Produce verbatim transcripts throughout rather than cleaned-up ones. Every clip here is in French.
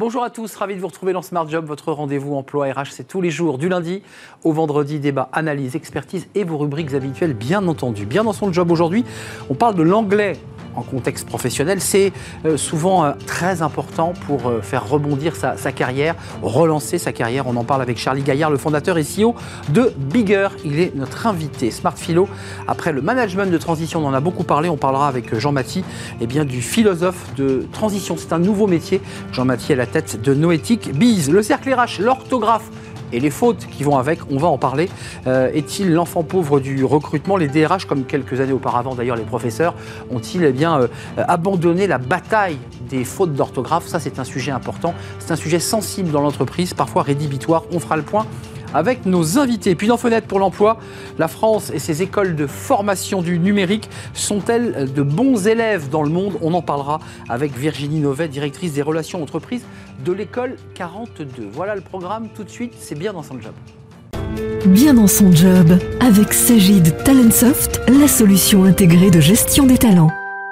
Bonjour à tous, ravi de vous retrouver dans Smart Job, votre rendez-vous emploi R H, c'est tous les jours, du lundi au vendredi, débat, analyse, expertise et vos rubriques habituelles, bien entendu. Bien dans son job aujourd'hui, on parle de l'anglais en contexte professionnel. C'est euh, souvent euh, très important pour euh, faire rebondir sa, sa carrière, relancer sa carrière. On en parle avec Charlie Gaillard, le fondateur et C E O de Bigger. Il est notre invité. Smart Philo, après le management de transition, on en a beaucoup parlé. On parlera avec Jean Mathie eh bien, du philosophe de transition. C'est un nouveau métier. Jean Mathie à la tête de Noéthique Biz. Le cercle R H, l'orthographe et les fautes qui vont avec, on va en parler. Euh, est-il l'enfant pauvre du recrutement ? Les D R H, comme quelques années auparavant d'ailleurs les professeurs, ont-ils eh bien, euh, abandonné la bataille des fautes d'orthographe ? Ça, c'est un sujet important. C'est un sujet sensible dans l'entreprise, parfois rédhibitoire. On fera le point avec nos invités. Puis dans Fenêtre pour l'emploi, la France et ses écoles de formation du numérique sont-elles de bons élèves dans le monde ? On en parlera avec Virginie Novet, directrice des relations entreprises de l'école quarante-deux. Voilà le programme, tout de suite, c'est bien dans son job. Bien dans son job, avec Sagid Talentsoft, la solution intégrée de gestion des talents.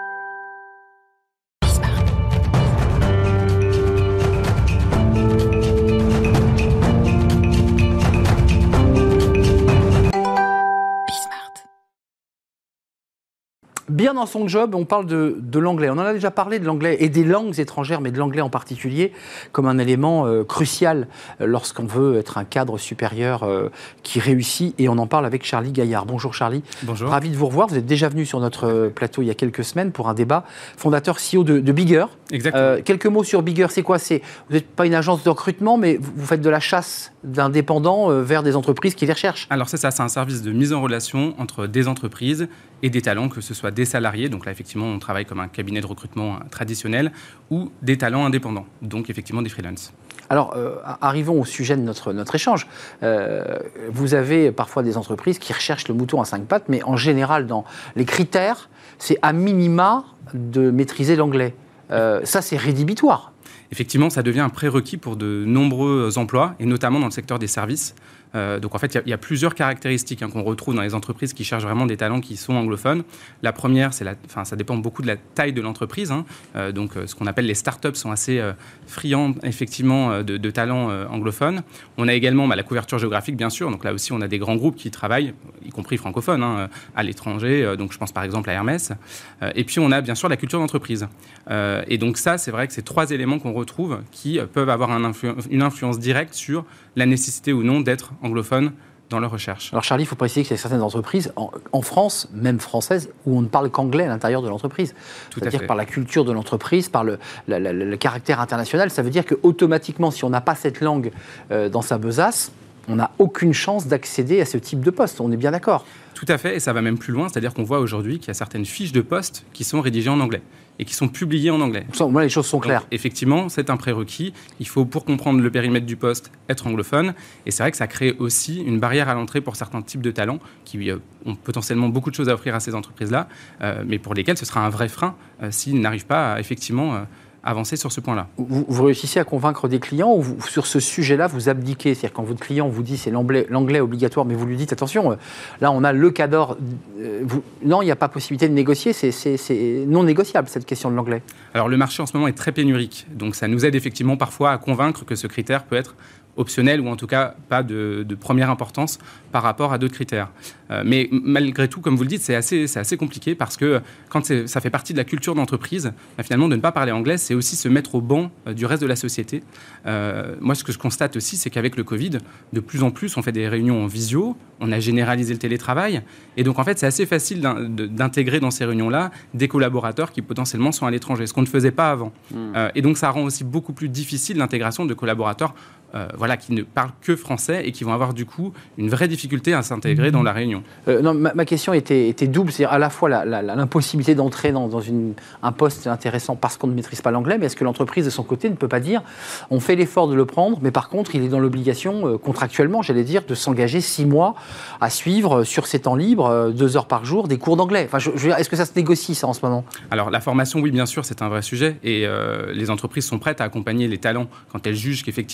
Bien dans son job, on parle de, de l'anglais. On en a déjà parlé de l'anglais et des langues étrangères, mais de l'anglais en particulier, comme un élément euh, crucial euh, lorsqu'on veut être un cadre supérieur euh, qui réussit. Et on en parle avec Charlie Gaillard. Bonjour Charlie. Bonjour. Ravi de vous revoir. Vous êtes déjà venu sur notre plateau il y a quelques semaines pour un débat. Fondateur C E O de, de Bigger. Exactement. Euh, quelques mots sur Bigger. C'est quoi ? C'est, vous n'êtes pas une agence de recrutement, mais vous, vous faites de la chasse d'indépendants euh, vers des entreprises qui les recherchent. Alors c'est ça, c'est un service de mise en relation entre des entreprises et des talents, que ce soit des salariés, donc là effectivement on travaille comme un cabinet de recrutement traditionnel, ou des talents indépendants, donc effectivement des freelances. Alors, euh, arrivons au sujet de notre, notre échange. Euh, vous avez parfois des entreprises qui recherchent le mouton à cinq pattes, mais en général, dans les critères, c'est à minima de maîtriser l'anglais. Euh, ça, c'est rédhibitoire. Effectivement, ça devient un prérequis pour de nombreux emplois, et notamment dans le secteur des services. Euh, donc en fait, il y, y a plusieurs caractéristiques hein, qu'on retrouve dans les entreprises qui cherchent vraiment des talents qui sont anglophones. La première, c'est la, enfin, ça dépend beaucoup de la taille de l'entreprise. Hein. Euh, donc euh, ce qu'on appelle les startups sont assez euh, friands effectivement euh, de, de talents euh, anglophones. On a également bah, la couverture géographique, bien sûr. Donc là aussi, on a des grands groupes qui travaillent, y compris francophones, hein, à l'étranger. Euh, donc je pense par exemple à Hermès. Euh, et puis on a bien sûr la culture d'entreprise. Euh, et donc ça, c'est vrai que c'est trois éléments qu'on retrouve qui euh, peuvent avoir un influ- une influence directe sur la nécessité ou non d'être anglophones dans leur recherche. Alors Charlie, il faut préciser qu'il y a certaines entreprises, en, en France, même françaises, où on ne parle qu'anglais à l'intérieur de l'entreprise. Tout C'est-à-dire à fait. par la culture de l'entreprise, par le, la, la, le caractère international. Ça veut dire qu'automatiquement, si on n'a pas cette langue euh, dans sa besace, on n'a aucune chance d'accéder à ce type de poste. On est bien d'accord ? Tout à fait, et ça va même plus loin, c'est-à-dire qu'on voit aujourd'hui qu'il y a certaines fiches de poste qui sont rédigées en anglais et qui sont publiées en anglais. Moi, les choses sont claires. Donc, effectivement, c'est un prérequis. Il faut, pour comprendre le périmètre du poste, être anglophone. Et c'est vrai que ça crée aussi une barrière à l'entrée pour certains types de talents qui euh, ont potentiellement beaucoup de choses à offrir à ces entreprises-là, euh, mais pour lesquels ce sera un vrai frein euh, s'ils n'arrivent pas à effectivement... Euh, avancer sur ce point-là. Vous, vous réussissez à convaincre des clients ou vous, sur ce sujet-là, vous abdiquez ? C'est-à-dire quand votre client vous dit c'est l'anglais, l'anglais obligatoire, mais vous lui dites attention, euh, là on a le cadre, euh, vous, non, il n'y a pas possibilité de négocier, c'est, c'est, c'est non négociable cette question de l'anglais. Alors le marché en ce moment est très pénurique, donc ça nous aide effectivement parfois à convaincre que ce critère peut être optionnel ou en tout cas pas de, de première importance par rapport à d'autres critères. Euh, mais malgré tout, comme vous le dites, c'est assez, c'est assez compliqué parce que quand c'est, ça fait partie de la culture d'entreprise, bah finalement de ne pas parler anglais, c'est aussi se mettre au banc euh, du reste de la société. Euh, moi, ce que je constate aussi, c'est qu'avec le Covid, de plus en plus, on fait des réunions en visio, on a généralisé le télétravail, et donc en fait, c'est assez facile d'in- de, d'intégrer dans ces réunions-là des collaborateurs qui potentiellement sont à l'étranger, ce qu'on ne faisait pas avant. Mmh. Euh, et donc ça rend aussi beaucoup plus difficile l'intégration de collaborateurs Euh, voilà, qui ne parlent que français et qui vont avoir du coup une vraie difficulté à s'intégrer dans la réunion. Euh, non, ma, ma question était, était double, c'est-à-dire à la fois la, la, la, l'impossibilité d'entrer dans, dans une, un poste intéressant parce qu'on ne maîtrise pas l'anglais, mais est-ce que l'entreprise de son côté ne peut pas dire on fait l'effort de le prendre, mais par contre il est dans l'obligation euh, contractuellement, j'allais dire, de s'engager six mois à suivre euh, sur ses temps libres, euh, deux heures par jour, des cours d'anglais. Enfin, je, je veux dire, est-ce que ça se négocie ça en ce moment ? Alors la formation, oui bien sûr, c'est un vrai sujet et euh, les entreprises sont prêtes à accompagner les talents quand elles jugent qu'effectivement elles, ils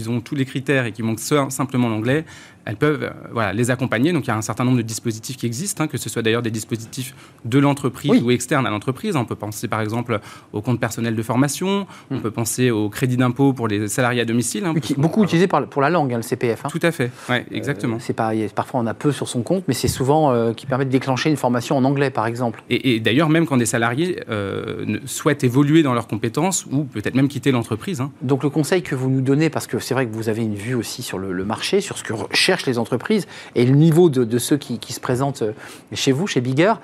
qu'ils ont tous les critères et qu'il manque simplement l'anglais, elles peuvent euh, voilà, les accompagner. Donc, il y a un certain nombre de dispositifs qui existent, hein, que ce soit d'ailleurs des dispositifs de l'entreprise oui. ou externes à l'entreprise. On peut penser, par exemple, au compte personnel de formation. Mmh. On peut penser au crédit d'impôt pour les salariés à domicile. Hein, Uti- beaucoup euh, utilisé par, pour la langue, hein, le C P F. Hein. Tout à fait, ouais, exactement. Euh, c'est pas, parfois, on a peu sur son compte, mais c'est souvent euh, qui permet de déclencher une formation en anglais, par exemple. Et, et d'ailleurs, même quand des salariés euh, souhaitent évoluer dans leurs compétences ou peut-être même quitter l'entreprise. Hein. Donc, le conseil que vous nous donnez, parce que c'est vrai que vous avez une vue aussi sur le, le marché, sur ce que recherchent les entreprises, et le niveau de, de ceux qui, qui se présentent chez vous, chez Bigger,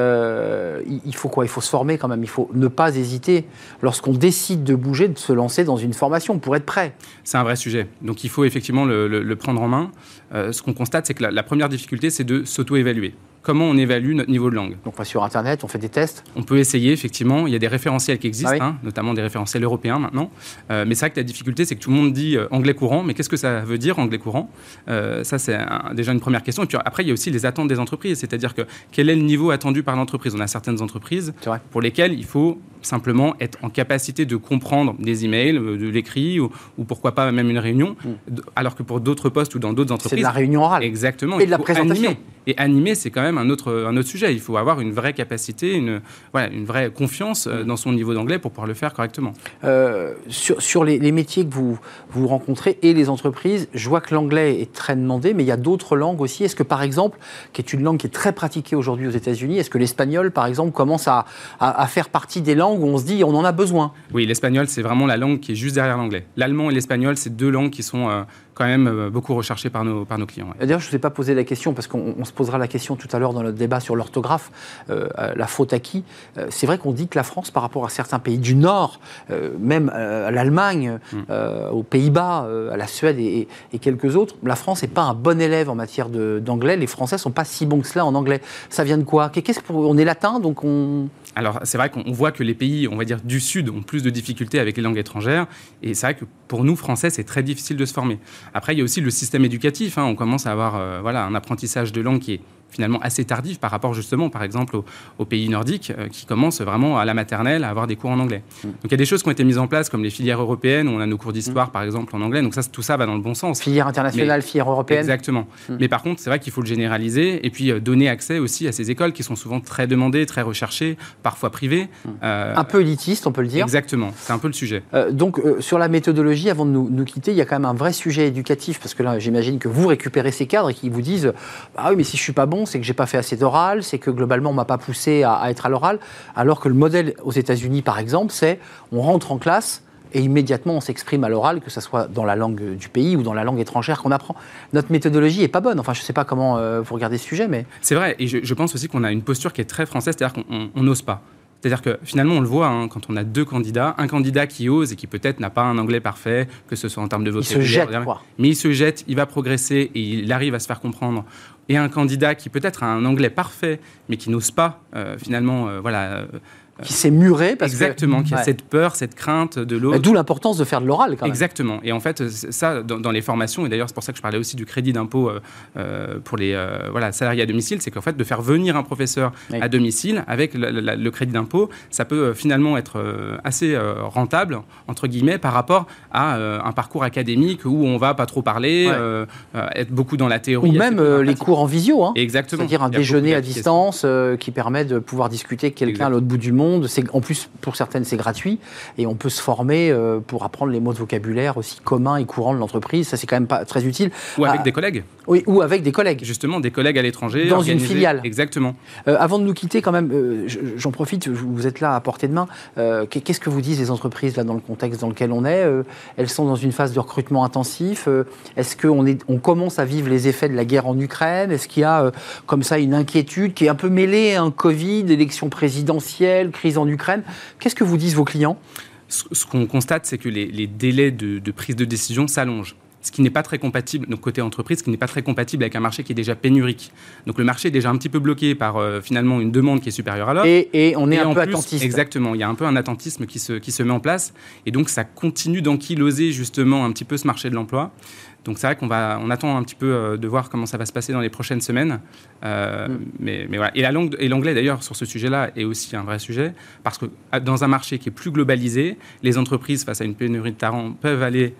euh, il faut quoi ? Il faut se former quand même. Il faut ne pas hésiter, lorsqu'on décide de bouger, de se lancer dans une formation pour être prêt. C'est un vrai sujet. Donc il faut effectivement le, le, le prendre en main. Euh, ce qu'on constate, c'est que la, la première difficulté, c'est de s'auto-évaluer. Comment on évalue notre niveau de langue ? Donc on va sur Internet, on fait des tests ? On peut essayer, effectivement. Il y a des référentiels qui existent, ah oui. hein, notamment des référentiels européens maintenant. Euh, mais c'est vrai que la difficulté, c'est que tout le monde dit euh, anglais courant. Mais qu'est-ce que ça veut dire, anglais courant ? euh, Ça, c'est un, déjà une première question. Et puis après, il y a aussi les attentes des entreprises. C'est-à-dire que quel est le niveau attendu par l'entreprise ? On a certaines entreprises pour lesquelles il faut simplement être en capacité de comprendre des emails, de l'écrit, ou, ou pourquoi pas même une réunion. Mmh. Alors que pour d'autres postes ou dans d'autres entreprises... C'est de la réunion orale. Exactement. Et de la présentation. Animer. Et animer, c'est quand même un autre, un autre sujet. Il faut avoir une vraie capacité, une, voilà, une vraie confiance euh, dans son niveau d'anglais pour pouvoir le faire correctement. Euh, sur sur les, les métiers que vous, vous rencontrez et les entreprises, je vois que l'anglais est très demandé, mais il y a d'autres langues aussi. Est-ce que, par exemple, qui est une langue qui est très pratiquée aujourd'hui aux États-Unis, est-ce que l'espagnol, par exemple, commence à, à, à faire partie des langues où on se dit on en a besoin ? Oui, l'espagnol, c'est vraiment la langue qui est juste derrière l'anglais. L'allemand et l'espagnol, c'est deux langues qui sont... Euh, quand même beaucoup recherché par nos, par nos clients. Ouais. D'ailleurs, je ne vous ai pas posé la question, parce qu'on on se posera la question tout à l'heure dans notre débat sur l'orthographe, euh, la faute à qui ? euh, C'est vrai qu'on dit que la France, par rapport à certains pays du Nord, euh, même euh, à l'Allemagne, mm. euh, aux Pays-Bas, euh, à la Suède et, et quelques autres, la France n'est pas un bon élève en matière de, d'anglais. Les Français ne sont pas si bons que cela en anglais. Ça vient de quoi ? Qu'est-ce que, On est latin, donc on... Alors, c'est vrai qu'on voit que les pays, on va dire, du Sud ont plus de difficultés avec les langues étrangères. Et c'est vrai que pour nous, Français, c'est très difficile de se former. Après, il y a aussi le système éducatif. Hein. On commence à avoir euh, voilà, un apprentissage de langue qui est finalement assez tardif par rapport justement, par exemple, aux, aux pays nordiques euh, qui commencent vraiment à la maternelle à avoir des cours en anglais. Mmh. Donc, il y a des choses qui ont été mises en place, comme les filières européennes, où on a nos cours d'histoire, mmh. par exemple, en anglais. Donc, ça, tout ça va dans le bon sens. Filière internationale, Mais, filière européenne. Exactement. Mmh. Mais par contre, c'est vrai qu'il faut le généraliser et puis euh, donner accès aussi à ces écoles qui sont souvent très demandées, très recherchées, parfois privées. Mmh. Euh, un peu élitiste, on peut le dire. Exactement. C'est un peu le sujet. Euh, donc, euh, sur la méthodologie, avant de nous, nous quitter, il y a quand même un vrai sujet éducatif, parce que là, j'imagine que vous récupérez ces cadres et qui vous disent « Ah oui, mais si je ne suis pas bon, c'est que je n'ai pas fait assez d'oral, c'est que globalement, on ne m'a pas poussé à, à être à l'oral. » Alors que le modèle aux États-Unis, par exemple, c'est on rentre en classe et immédiatement, on s'exprime à l'oral, que ce soit dans la langue du pays ou dans la langue étrangère qu'on apprend. Notre méthodologie n'est pas bonne. Enfin, je ne sais pas comment euh, vous regardez ce sujet, mais... C'est vrai, et je, je pense aussi qu'on a une posture qui est très française, c'est-à-dire qu'on n'ose pas. C'est-à-dire que finalement, on le voit hein, quand on a deux candidats, un candidat qui ose et qui peut-être n'a pas un anglais parfait, que ce soit en termes de vocabulaire, il se jette, quoi. Mais il se jette, il va progresser et il arrive à se faire comprendre. Et un candidat qui peut-être a un anglais parfait, mais qui n'ose pas euh, finalement, euh, voilà. Euh, qui s'est muré parce exactement, que... qui a ouais. cette peur, cette crainte de l'autre. D'où l'importance de faire de l'oral, quand même. Exactement. Et en fait, ça, dans, dans les formations, et d'ailleurs, c'est pour ça que je parlais aussi du crédit d'impôt euh, euh, pour les euh, voilà, salariés à domicile, c'est qu'en fait, de faire venir un professeur oui. à domicile avec le, le, le crédit d'impôt, ça peut euh, finalement être euh, assez euh, rentable, entre guillemets, par rapport à euh, un parcours académique où on va pas trop parler, ouais. euh, euh, être beaucoup dans la théorie. Ou même euh, les cours en visio. Hein. Exactement. C'est-à-dire un déjeuner à distance euh, qui permet de pouvoir discuter avec quelqu'un à l'autre bout du monde. C'est, en plus, pour certaines, c'est gratuit et on peut se former euh, pour apprendre les mots de vocabulaire aussi communs et courants de l'entreprise. Ça, c'est quand même pas très utile. Ou avec ah, des collègues. Oui, ou avec des collègues. Justement, des collègues à l'étranger. Dans organisés. Une filiale. Exactement. Euh, avant de nous quitter, quand même, euh, j'en profite, vous êtes là à portée de main. Euh, qu'est-ce que vous disent les entreprises là, dans le contexte dans lequel on est euh, Elles sont dans une phase de recrutement intensif. Euh, est-ce qu'on est, on commence à vivre les effets de la guerre en Ukraine ? Est-ce qu'il y a euh, comme ça une inquiétude qui est un peu mêlée à un Covid, élection présidentielle, crise en Ukraine ? Qu'est-ce que vous disent vos clients ? Ce, ce qu'on constate, c'est que les, les délais de, de prise de décision s'allongent. Ce qui n'est pas très compatible, donc côté entreprise, ce qui n'est pas très compatible avec un marché qui est déjà pénurique. Donc le marché est déjà un petit peu bloqué par euh, finalement une demande qui est supérieure à l'offre. Et, et on est et un peu plus, attentiste. Exactement, il y a un peu un attentisme qui se, qui se met en place. Et donc ça continue d'enkyloser justement un petit peu ce marché de l'emploi. Donc c'est vrai qu'on va, on attend un petit peu euh, de voir comment ça va se passer dans les prochaines semaines. Euh, mm. mais, mais voilà. Et, la langue, et l'anglais d'ailleurs sur ce sujet-là est aussi un vrai sujet parce que dans un marché qui est plus globalisé, les entreprises face à une pénurie de talents peuvent aller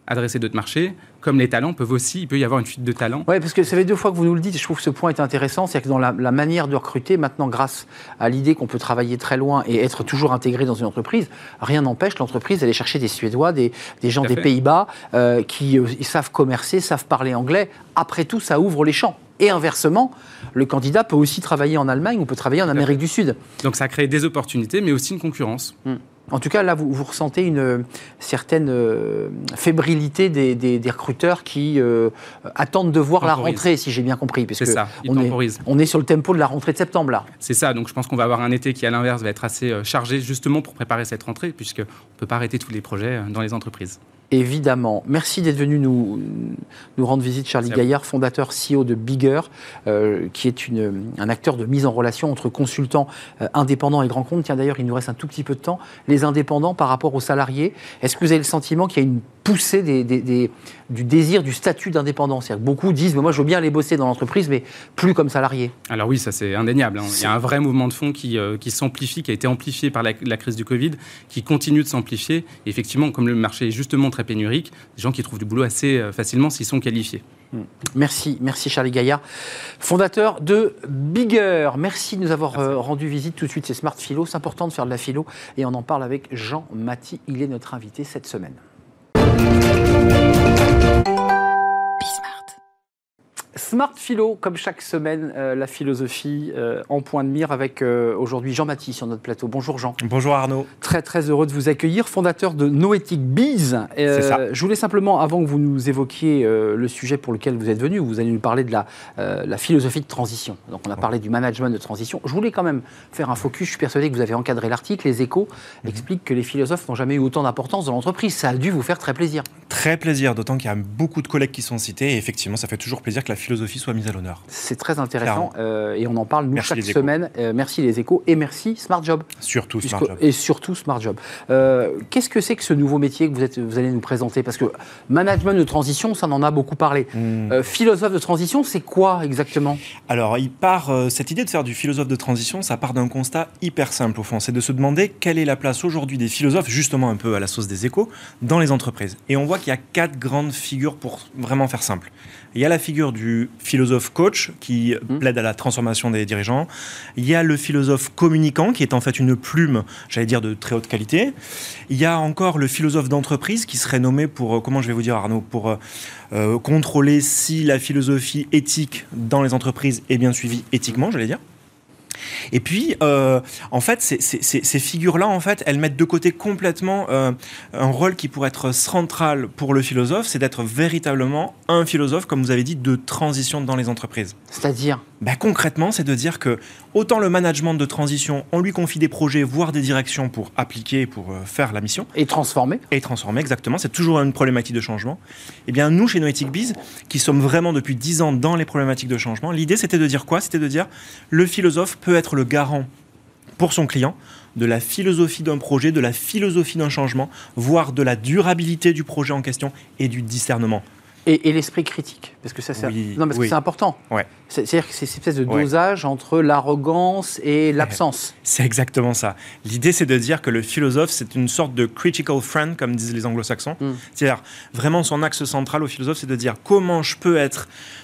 adresser d'autres marchés. Comme les talents peuvent aussi, il peut y avoir une fuite de talents. Oui, parce que ça fait deux fois que vous nous le dites, et je trouve que ce point est intéressant, c'est que dans la, la manière de recruter, maintenant, grâce à l'idée qu'on peut travailler très loin et être toujours intégré dans une entreprise, rien n'empêche l'entreprise d'aller chercher des Suédois, des, des gens des fait. Pays-Bas, euh, qui euh, savent commercer, savent parler anglais. Après tout, ça ouvre les champs. Et inversement, le candidat peut aussi travailler en Allemagne ou peut travailler en Amérique du Sud. Donc ça crée des opportunités, mais aussi une concurrence. Mmh. En tout cas, là, vous, vous ressentez une euh, certaine euh, fébrilité des, des, des recruteurs qui euh, attendent de voir temporise. La rentrée, si j'ai bien compris. Parce c'est que ça, ils on temporisent. Est, on est sur le tempo de la rentrée de septembre, là. C'est ça, donc je pense qu'on va avoir un été qui, à l'inverse, va être assez euh, chargé, justement pour préparer cette rentrée, puisqu'on ne peut pas arrêter tous les projets euh, dans les entreprises. Évidemment. Merci d'être venu nous, nous rendre visite, Charlie Gaillard, fondateur C E O de Bigger, euh, qui est une, un acteur de mise en relation entre consultants euh, indépendants et grands comptes. Tiens, d'ailleurs, il nous reste un tout petit peu de temps. Les indépendants par rapport aux salariés, est-ce que vous avez le sentiment qu'il y a une poussée des, des, des, du désir du statut d'indépendant? C'est-à-dire que beaucoup disent, mais moi, je veux bien aller bosser dans l'entreprise, mais plus comme salarié. Alors oui, ça c'est indéniable. Hein. C'est... Il y a un vrai mouvement de fond qui, euh, qui s'amplifie, qui a été amplifié par la, la crise du Covid, qui continue de s'amplifier. Et effectivement, comme le marché est justement très pénurique, des gens qui trouvent du boulot assez facilement s'ils sont qualifiés. Merci, merci Charlie Gaillard, fondateur de Bigger. Merci de nous avoir euh, rendu visite. Tout de suite, c'est Smart Philo. C'est important de faire de la philo et on en parle avec Jean Maty. Il est notre invité cette semaine. Smart Philo, comme chaque semaine, euh, la philosophie euh, en point de mire avec euh, aujourd'hui Jean Maty sur notre plateau. Bonjour Jean. Bonjour Arnaud. Très très heureux de vous accueillir, fondateur de Noetic Biz. Euh, C'est ça. Je voulais simplement, avant que vous nous évoquiez euh, le sujet pour lequel vous êtes venu, vous allez nous parler de la, euh, la philosophie de transition. Donc on a parlé du management de transition. Je voulais quand même faire un focus. Je suis persuadé que vous avez encadré l'article. Les Échos mm-hmm. expliquent que les philosophes n'ont jamais eu autant d'importance dans l'entreprise. Ça a dû vous faire très plaisir. Très plaisir, d'autant qu'il y a beaucoup de collègues qui sont cités. Et effectivement, ça fait toujours plaisir que la philosophie soit mise à l'honneur. C'est très intéressant euh, et on en parle nous merci chaque semaine. Euh, merci les Échos et merci Smart Job. Surtout Smart Job. Et surtout Smart Job. Euh, qu'est-ce que c'est que ce nouveau métier que vous, êtes, vous allez nous présenter? Parce que management de transition, ça en en a beaucoup parlé. Mmh. Euh, philosophe de transition, c'est quoi exactement? Alors, il part, euh, cette idée de faire du philosophe de transition, ça part d'un constat hyper simple au fond. C'est de se demander quelle est la place aujourd'hui des philosophes, justement un peu à la sauce des Échos, dans les entreprises. Et on voit qu'il y a quatre grandes figures pour vraiment faire simple. Il y a la figure du philosophe coach qui mmh. plaide à la transformation des dirigeants. Il y a le philosophe communicant qui est en fait une plume, j'allais dire, de très haute qualité. Il y a encore le philosophe d'entreprise qui serait nommé pour, comment je vais vous dire Arnaud, pour euh, contrôler si la philosophie éthique dans les entreprises est bien suivie éthiquement, j'allais dire. Et puis, euh, en fait, ces, ces, ces figures-là, en fait, elles mettent de côté complètement euh, un rôle qui pourrait être central pour le philosophe, c'est d'être véritablement un philosophe, comme vous avez dit, de transition dans les entreprises. C'est-à-dire ? Ben, concrètement, c'est de dire que autant le management de transition, on lui confie des projets, voire des directions pour appliquer, pour euh, faire la mission. Et transformer. Et transformer, exactement. C'est toujours une problématique de changement. Eh bien, nous, chez Noetic Biz, qui sommes vraiment depuis dix ans dans les problématiques de changement, l'idée, c'était de dire quoi ? C'était de dire, le philosophe peut être le garant pour son client de la philosophie d'un projet, de la philosophie d'un changement, voire de la durabilité du projet en question et du discernement. Et, et l'esprit critique, parce que ça, c'est, oui, non, parce oui. que c'est important. Ouais. C'est, c'est-à-dire que c'est cette espèce de dosage ouais. entre l'arrogance et l'absence. C'est exactement ça. L'idée, c'est de dire que le philosophe, c'est une sorte de critical friend, comme disent les anglo-saxons. Mm. C'est-à-dire, vraiment, son axe central au philosophe, c'est de dire comment je peux être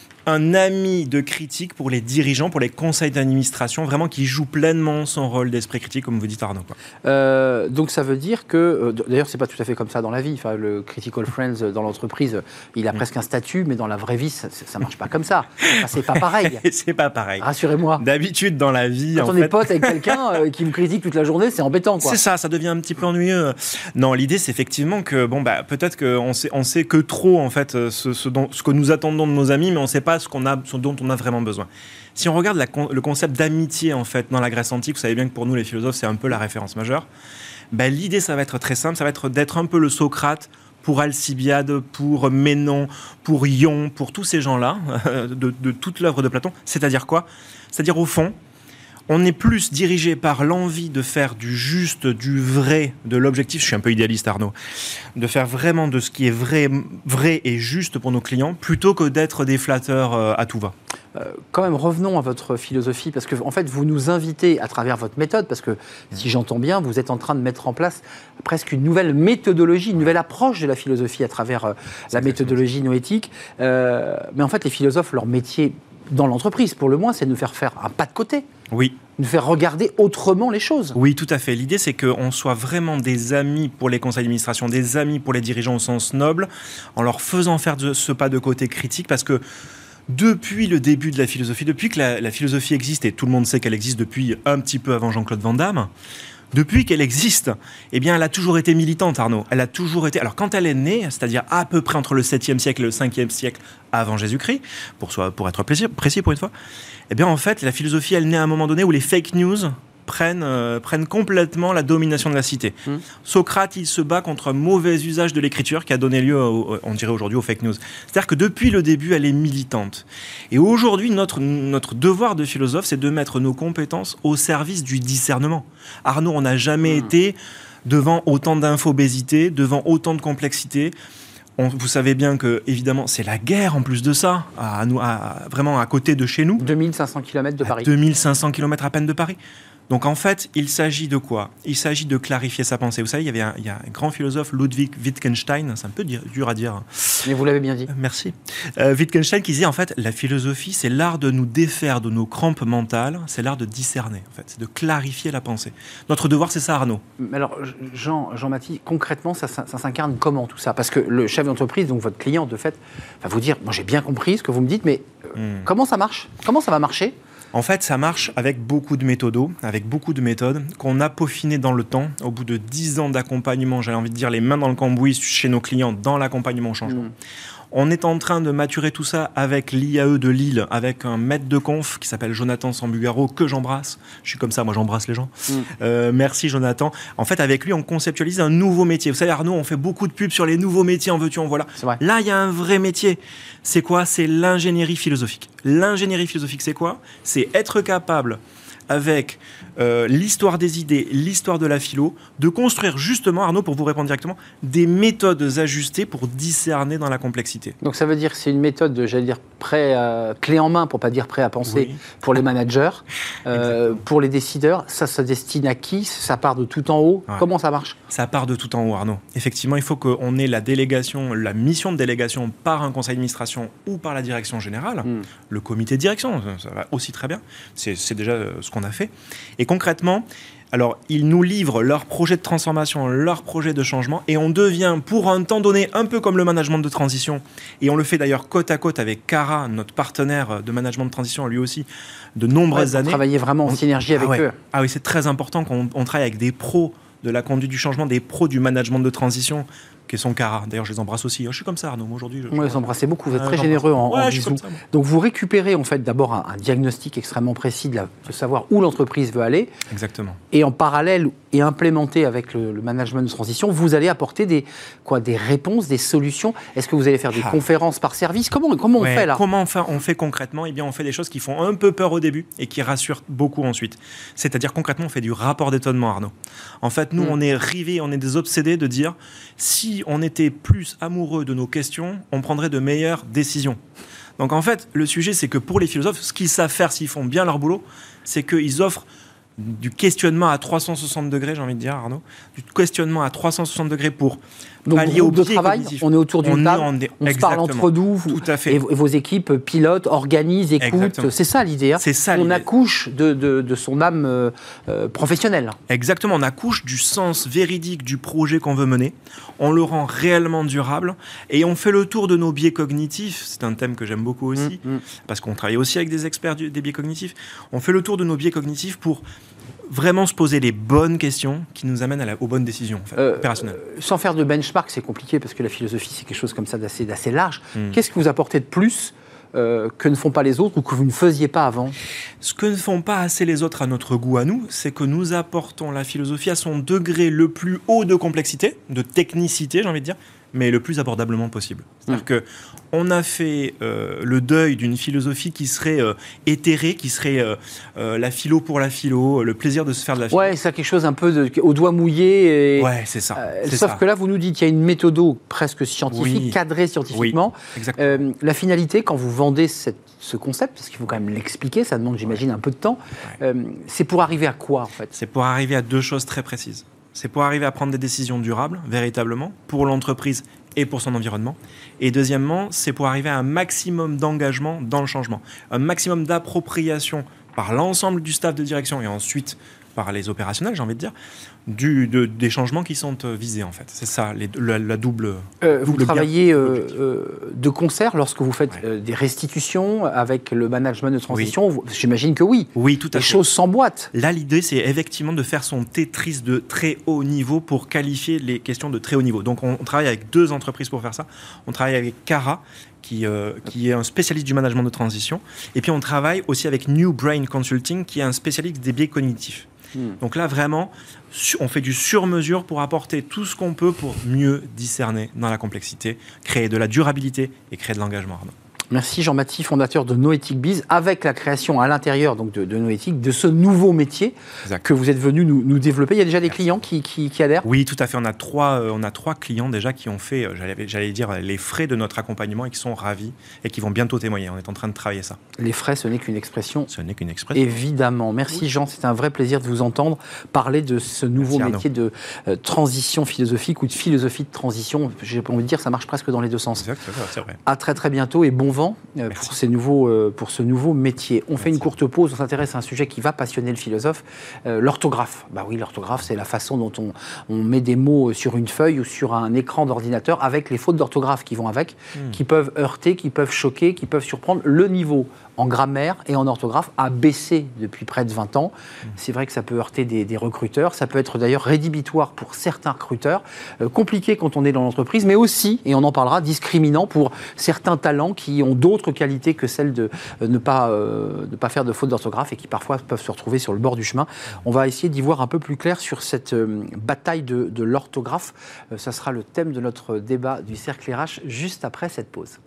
un ami de critique pour les dirigeants, pour les conseils d'administration, vraiment qui joue pleinement son rôle d'esprit critique, comme vous dites Arnaud. Quoi. Euh, donc ça veut dire que, euh, d'ailleurs c'est pas tout à fait comme ça dans la vie, enfin, le critical friends dans l'entreprise, il a mmh. presque un statut, mais dans la vraie vie, ça, ça marche pas comme ça. Enfin, c'est pas pareil. C'est pas pareil. Rassurez-moi. D'habitude dans la vie... Quand en on fait... est pote avec quelqu'un euh, qui me critique toute la journée, c'est embêtant. Quoi. C'est ça, ça devient un petit peu ennuyeux. Non, l'idée c'est effectivement que, bon, bah, peut-être qu'on sait, on sait que trop, en fait, ce, ce, dont, ce que nous attendons de nos amis, mais on sait pas ce, qu'on a, ce dont on a vraiment besoin. Si on regarde la, le concept d'amitié en fait dans la Grèce antique, vous savez bien que pour nous les philosophes c'est un peu la référence majeure. Ben, l'idée ça va être très simple, ça va être d'être un peu le Socrate pour Alcibiade, pour Ménon, pour Ion, pour tous ces gens-là de, de toute l'œuvre de Platon. C'est-à-dire quoi ? C'est-à-dire au fond, On est plus dirigé par l'envie de faire du juste, du vrai, de l'objectif. Je suis un peu idéaliste, Arnaud. De faire vraiment de ce qui est vrai, vrai et juste pour nos clients, plutôt que d'être des flatteurs euh, à tout va. Euh, quand même, revenons à votre philosophie, parce que en fait, vous nous invitez à travers votre méthode, parce que si j'entends bien, vous êtes en train de mettre en place presque une nouvelle méthodologie, une nouvelle approche de la philosophie à travers euh, la méthodologie noétique. Euh, mais en fait, les philosophes, leur métier dans l'entreprise, pour le moins, c'est de nous faire faire un pas de côté. Oui. Nous faire regarder autrement les choses. Oui, tout à fait. L'idée, c'est qu'on soit vraiment des amis pour les conseils d'administration, des amis pour les dirigeants au sens noble, en leur faisant faire de, ce pas de côté critique, parce que depuis le début de la philosophie, depuis que la, la philosophie existe, et tout le monde sait qu'elle existe depuis un petit peu avant Jean-Claude Van Damme, depuis qu'elle existe, eh bien, elle a toujours été militante, Arnaud. Elle a toujours été... Alors, quand elle est née, c'est-à-dire à peu près entre le septième siècle et le cinquième siècle avant Jésus-Christ, pour, soit, pour être précis, précis pour une fois, eh bien, en fait, la philosophie, elle naît à un moment donné où les fake news prennent, euh, prennent complètement la domination de la cité. Mmh. Socrate, il se bat contre un mauvais usage de l'écriture qui a donné lieu, au, on dirait aujourd'hui, aux fake news. C'est-à-dire que depuis le début, elle est militante. Et aujourd'hui, notre, notre devoir de philosophe, c'est de mettre nos compétences au service du discernement. Arnaud, on n'a jamais mmh. été devant autant d'infobésité, devant autant de complexité. On, vous savez bien que, évidemment, c'est la guerre en plus de ça, à, à, à, vraiment à côté de chez nous. deux mille cinq cents kilomètres de Paris. deux mille cinq cents kilomètres à peine de Paris. Donc en fait, il s'agit de quoi ? Il s'agit de clarifier sa pensée. Vous savez, il y avait un, il y a un grand philosophe, Ludwig Wittgenstein, c'est un peu dur à dire. Mais vous l'avez bien dit. Merci. Euh, Wittgenstein qui disait, en fait, la philosophie, c'est l'art de nous défaire de nos crampes mentales, c'est l'art de discerner, en fait, c'est de clarifier la pensée. Notre devoir, c'est ça, Arnaud. Alors, Jean, Jean-Mathie, concrètement, ça, ça, ça s'incarne comment tout ça ? Parce que le chef d'entreprise, donc votre client, de fait, va vous dire, moi j'ai bien compris ce que vous me dites, mais euh, hmm. comment ça marche ? Comment ça va marcher ? En fait, ça marche avec beaucoup de méthodos, avec beaucoup de méthodes qu'on a peaufinées dans le temps. Au bout de dix ans d'accompagnement, j'avais envie de dire les mains dans le cambouis chez nos clients dans l'accompagnement au changement. Mmh. On est en train de maturer tout ça avec l'I A E de Lille, avec un maître de conf qui s'appelle Jonathan Sambugaro, que j'embrasse. Je suis comme ça, moi j'embrasse les gens. Mmh. Euh, merci Jonathan. En fait, avec lui, on conceptualise un nouveau métier. Vous savez, Arnaud, on fait beaucoup de pubs sur les nouveaux métiers, en veux-tu, en voilà. Là, il y a un vrai métier. C'est quoi ? C'est l'ingénierie philosophique. L'ingénierie philosophique, c'est quoi ? C'est être capable, avec euh, l'histoire des idées, l'histoire de la philo, de construire justement, Arnaud, pour vous répondre directement, des méthodes ajustées pour discerner dans la complexité. Donc ça veut dire que c'est une méthode, j'allais dire, prêt à, clé en main, pour pas dire prêt à penser, oui. pour les managers, euh, pour les décideurs. Ça se destine à qui ? Ça part de tout en haut ? Ouais. Comment ça marche ? Ça part de tout en haut, Arnaud. Effectivement, il faut qu'on ait la délégation, la mission de délégation par un conseil d'administration ou par la direction générale, mmh. le comité de direction, ça va aussi très bien. C'est, c'est déjà ce qu'on a fait. Et concrètement, alors, ils nous livrent leur projet de transformation, leur projet de changement, et on devient, pour un temps donné, un peu comme le management de transition, et on le fait d'ailleurs côte à côte avec Cara, notre partenaire de management de transition, lui aussi, de nombreuses ouais, années. Travailler vraiment en on... synergie avec ah ouais. eux. Ah oui, c'est très important qu'on on travaille avec des pros de la conduite du changement, des pros du management de transition, qui sont Cara. D'ailleurs, je les embrasse aussi. Je suis comme ça, Arnaud, moi, aujourd'hui. Je, oui, je... vous embrassez beaucoup. Vous êtes euh, très généreux en, ouais, en bisous. Ça, donc, vous récupérez, en fait, d'abord un, un diagnostic extrêmement précis de, la, de savoir où l'entreprise veut aller. Exactement. Et en parallèle, et implémenté avec le, le management de transition, vous allez apporter des, quoi, des réponses, des solutions. Est-ce que vous allez faire des ah. conférences par service ? Comment, comment ouais, on fait, là ? Comment on fait, on fait concrètement ? Eh bien, on fait des choses qui font un peu peur au début et qui rassurent beaucoup ensuite. C'est-à-dire, concrètement, on fait du rapport d'étonnement, Arnaud. En fait, nous, mmh. on est rivés, on est des obsédés de dire, si on était plus amoureux de nos questions, on prendrait de meilleures décisions. Donc en fait, le sujet, c'est que pour les philosophes, ce qu'ils savent faire s'ils font bien leur boulot, c'est qu'ils offrent du questionnement à trois cent soixante degrés, j'ai envie de dire, Arnaud, du questionnement à trois cent soixante degrés pour donc, pallier au de biais travail, cognitif. On est autour d'une table, on, est, on se parle entre nous, vous, tout à fait. Et, et vos équipes pilotent, organisent, écoutent. Exactement. C'est ça l'idée. Hein. C'est ça on l'idée. accouche de, de, de son âme euh, euh, professionnelle. Exactement, on accouche du sens véridique du projet qu'on veut mener, on le rend réellement durable et on fait le tour de nos biais cognitifs. C'est un thème que j'aime beaucoup aussi, mmh, mmh. parce qu'on travaille aussi avec des experts du, des biais cognitifs. On fait le tour de nos biais cognitifs pour vraiment se poser les bonnes questions qui nous amènent à la, aux bonnes décisions en fait, euh, opérationnelles. Euh, sans faire de benchmark, c'est compliqué parce que la philosophie, c'est quelque chose comme ça d'assez, d'assez large. Mmh. Qu'est-ce que vous apportez de plus euh, que ne font pas les autres ou que vous ne faisiez pas avant ? Ce que ne font pas assez les autres à notre goût à nous, c'est que nous apportons la philosophie à son degré le plus haut de complexité, de technicité, j'ai envie de dire, mais le plus abordablement possible. C'est-à-dire mmh. qu'on a fait euh, le deuil d'une philosophie qui serait euh, éthérée, qui serait euh, euh, la philo pour la philo, le plaisir de se faire de la philo. Ouais, c'est quelque chose un peu de, au doigt mouillé. Et, ouais, c'est ça. Euh, c'est sauf ça. que là, vous nous dites qu'il y a une méthodo presque scientifique, oui. cadrée scientifiquement. Oui, exactement. Euh, la finalité, quand vous vendez cette, ce concept, parce qu'il faut quand même l'expliquer, ça demande, j'imagine, un peu de temps, ouais. euh, c'est pour arriver à quoi, en fait ? C'est pour arriver à deux choses très précises. C'est pour arriver à prendre des décisions durables, véritablement, pour l'entreprise et pour son environnement. Et deuxièmement, c'est pour arriver à un maximum d'engagement dans le changement, un maximum d'appropriation par l'ensemble du staff de direction et ensuite par les opérationnels, j'ai envie de dire, du, de, des changements qui sont visés, en fait. C'est ça, les, la, la double... Euh, double vous travaillez euh, euh, de concert lorsque vous faites ouais. euh, des restitutions avec le management de transition. Oui. Vous, j'imagine que oui. Oui, tout à les fait. Les choses s'emboîtent. Là, l'idée, c'est effectivement de faire son Tetris de très haut niveau pour qualifier les questions de très haut niveau. Donc, on, on travaille avec deux entreprises pour faire ça. On travaille avec Cara, Qui, euh, qui est un spécialiste du management de transition. Et puis, on travaille aussi avec New Brain Consulting, qui est un spécialiste des biais cognitifs. Hmm. Donc là, vraiment, on fait du sur-mesure pour apporter tout ce qu'on peut pour mieux discerner dans la complexité, créer de la durabilité et créer de l'engagement. Merci Jean-Mathie, fondateur de Noéthique Biz, avec la création à l'intérieur donc de, de Noéthique, de ce nouveau métier exact. Que vous êtes venu nous, nous développer. Il y a déjà des Merci. clients qui, qui, qui adhèrent ? Oui, tout à fait. On a trois, euh, on a trois clients déjà qui ont fait, euh, j'allais, j'allais dire, les frais de notre accompagnement et qui sont ravis et qui vont bientôt témoigner. On est en train de travailler ça. Les frais, ce n'est qu'une expression. Ce n'est qu'une expression. Évidemment. Merci oui. Jean, c'est un vrai plaisir de vous entendre parler de ce nouveau Merci métier de euh, transition philosophique ou de philosophie de transition. J'ai envie de dire, ça marche presque dans les deux sens. Exact, c'est vrai. À très très bientôt et bon vent euh, pour Ces nouveaux, euh, pour ce nouveau métier. On Merci. fait une courte pause, on s'intéresse à un sujet qui va passionner le philosophe, euh, l'orthographe. Bah oui, l'orthographe, c'est la façon dont on, on met des mots sur une feuille ou sur un écran d'ordinateur avec les fautes d'orthographe qui vont avec, mmh. qui peuvent heurter, qui peuvent choquer, qui peuvent surprendre. Le niveau en grammaire et en orthographe a baissé depuis près de vingt ans. Mmh. C'est vrai que ça peut heurter des, des recruteurs, ça peut être d'ailleurs rédhibitoire pour certains recruteurs, euh, compliqué quand on est dans l'entreprise, mais aussi, et on en parlera, discriminant pour certains talents qui ont d'autres qualités que celle de euh, ne pas, euh, ne pas faire de fautes d'orthographe et qui parfois peuvent se retrouver sur le bord du chemin. On va essayer d'y voir un peu plus clair sur cette euh, bataille de, de l'orthographe. Euh, ça sera le thème de notre débat du Cercle R H juste après cette pause.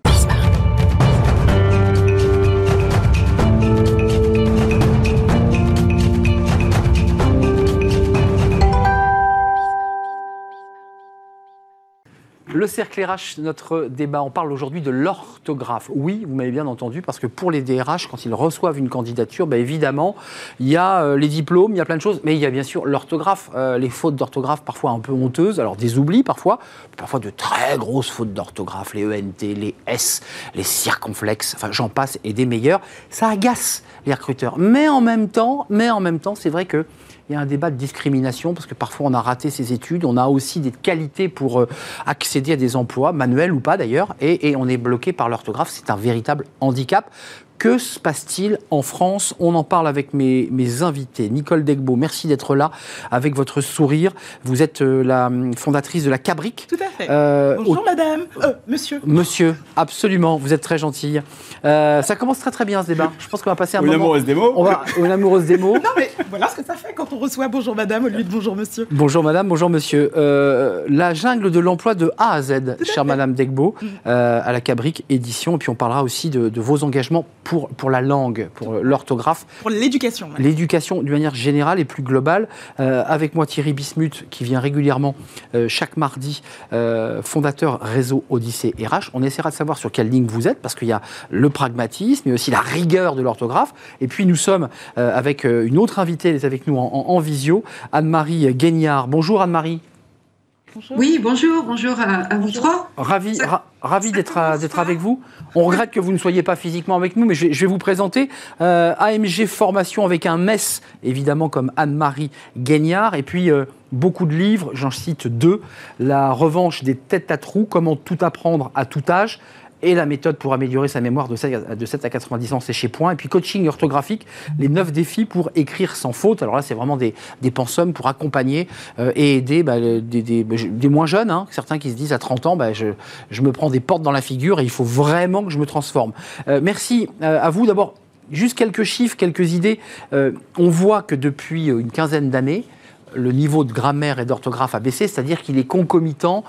Le Cercle R H, notre débat, on parle aujourd'hui de l'orthographe. Oui, vous m'avez bien entendu, parce que pour les D R H, quand ils reçoivent une candidature, ben évidemment, il y a euh, les diplômes, il y a plein de choses, mais il y a bien sûr l'orthographe, euh, les fautes d'orthographe parfois un peu honteuses, alors des oublis parfois, parfois de très grosses fautes d'orthographe, les E N T, les S, les circonflexes, enfin j'en passe, et des meilleurs. Ça agace les recruteurs. Mais en même temps, mais en même temps, c'est vrai que il y a un débat de discrimination parce que parfois on a raté ses études, on a aussi des qualités pour euh, accéder à des emplois, manuels ou pas d'ailleurs, et, et on est bloqué par l'orthographe. C'est un véritable handicap. Que se passe-t-il en France ? On en parle avec mes, mes invités. Nicole Degbaud, merci d'être là avec votre sourire. Vous êtes euh, la fondatrice de la Cabrique. Tout à fait. Euh, Bonjour au... madame, euh, monsieur. Monsieur, absolument, vous êtes très gentille. Euh, ça commence très très bien ce débat. Je pense qu'on va passer un une moment... amoureuse des mots. On va... Une amoureuse des mots. Non mais voilà ce que ça fait quand on reçoit bonjour madame au lieu de bonjour monsieur. Bonjour madame, bonjour monsieur. Euh, la jungle de l'emploi de A à Z, chère madame Degbaud, euh, à la Cabrique édition. Et puis on parlera aussi de, de vos engagements pour, pour la langue, pour l'orthographe. Pour l'éducation. Même. L'éducation d'une manière générale et plus globale. Euh, avec moi Thierry Bismuth, qui vient régulièrement euh, chaque mardi, euh, fondateur réseau Odyssée R H. On essaiera de savoir sur quelle ligne vous êtes, parce qu'il y a le pragmatisme, mais aussi la rigueur de l'orthographe. Et puis nous sommes euh, avec euh, une autre invitée, elle est avec nous en, en, en visio, Anne-Marie Guignard. Bonjour Anne-Marie. Bonjour. Oui, bonjour, bonjour à, à vous trois. Ravi, ça, ra, ravi d'être, à, d'être avec vous. On regrette que vous ne soyez pas physiquement avec nous, mais je, je vais vous présenter euh, A M G Formation avec un M E S, évidemment comme Anne-Marie Guignard, et puis euh, beaucoup de livres, j'en cite deux. La revanche des têtes à trous, comment tout apprendre à tout âge, et la méthode pour améliorer sa mémoire de sept à quatre-vingt-dix ans, c'est chez Point. Et puis coaching orthographique, les neuf défis pour écrire sans faute. Alors là, c'est vraiment des, des pensums pour accompagner euh, et aider bah, des, des, des moins jeunes, hein, certains qui se disent à trente ans, bah, je, je me prends des portes dans la figure et il faut vraiment que je me transforme. Euh, merci euh, à vous. D'abord, juste quelques chiffres, quelques idées. Euh, on voit que depuis une quinzaine d'années, le niveau de grammaire et d'orthographe a baissé, c'est-à-dire qu'il est concomitant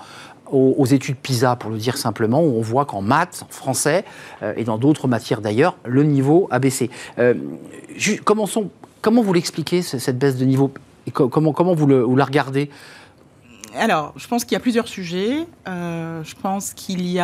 aux, aux études PISA, pour le dire simplement, où on voit qu'en maths, en français euh, et dans d'autres matières d'ailleurs, le niveau a baissé. Euh, ju- commençons, comment vous l'expliquez, ce- cette baisse de niveau et co- comment, comment vous, le, vous la regardez? Alors, je pense qu'il y a plusieurs sujets. Euh, je pense qu'il y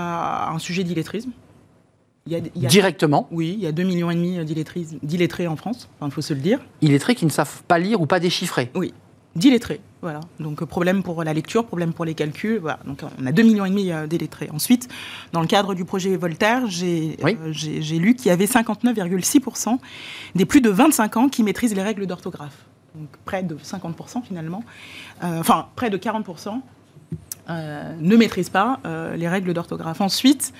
a un sujet d'illettrisme. Il y a, il y a, Directement, Oui, il y a deux millions et demi d'illettris- d'illettrés en France, il enfin, faut se le dire. illettrés qui ne savent pas lire ou pas déchiffrer. Oui, d'illettrés, voilà. Donc, euh, problème pour la lecture, problème pour les calculs, voilà. Donc, on a deux millions et demi euh, d'illettrés. Ensuite, dans le cadre du projet Voltaire, j'ai, Oui. euh, j'ai, j'ai lu qu'il y avait cinquante-neuf virgule six pour cent des plus de vingt-cinq ans qui maîtrisent les règles d'orthographe. Donc, près de cinquante pour cent finalement. Euh, enfin, près de quarante pour cent euh, ne maîtrisent pas euh, les règles d'orthographe. Ensuite,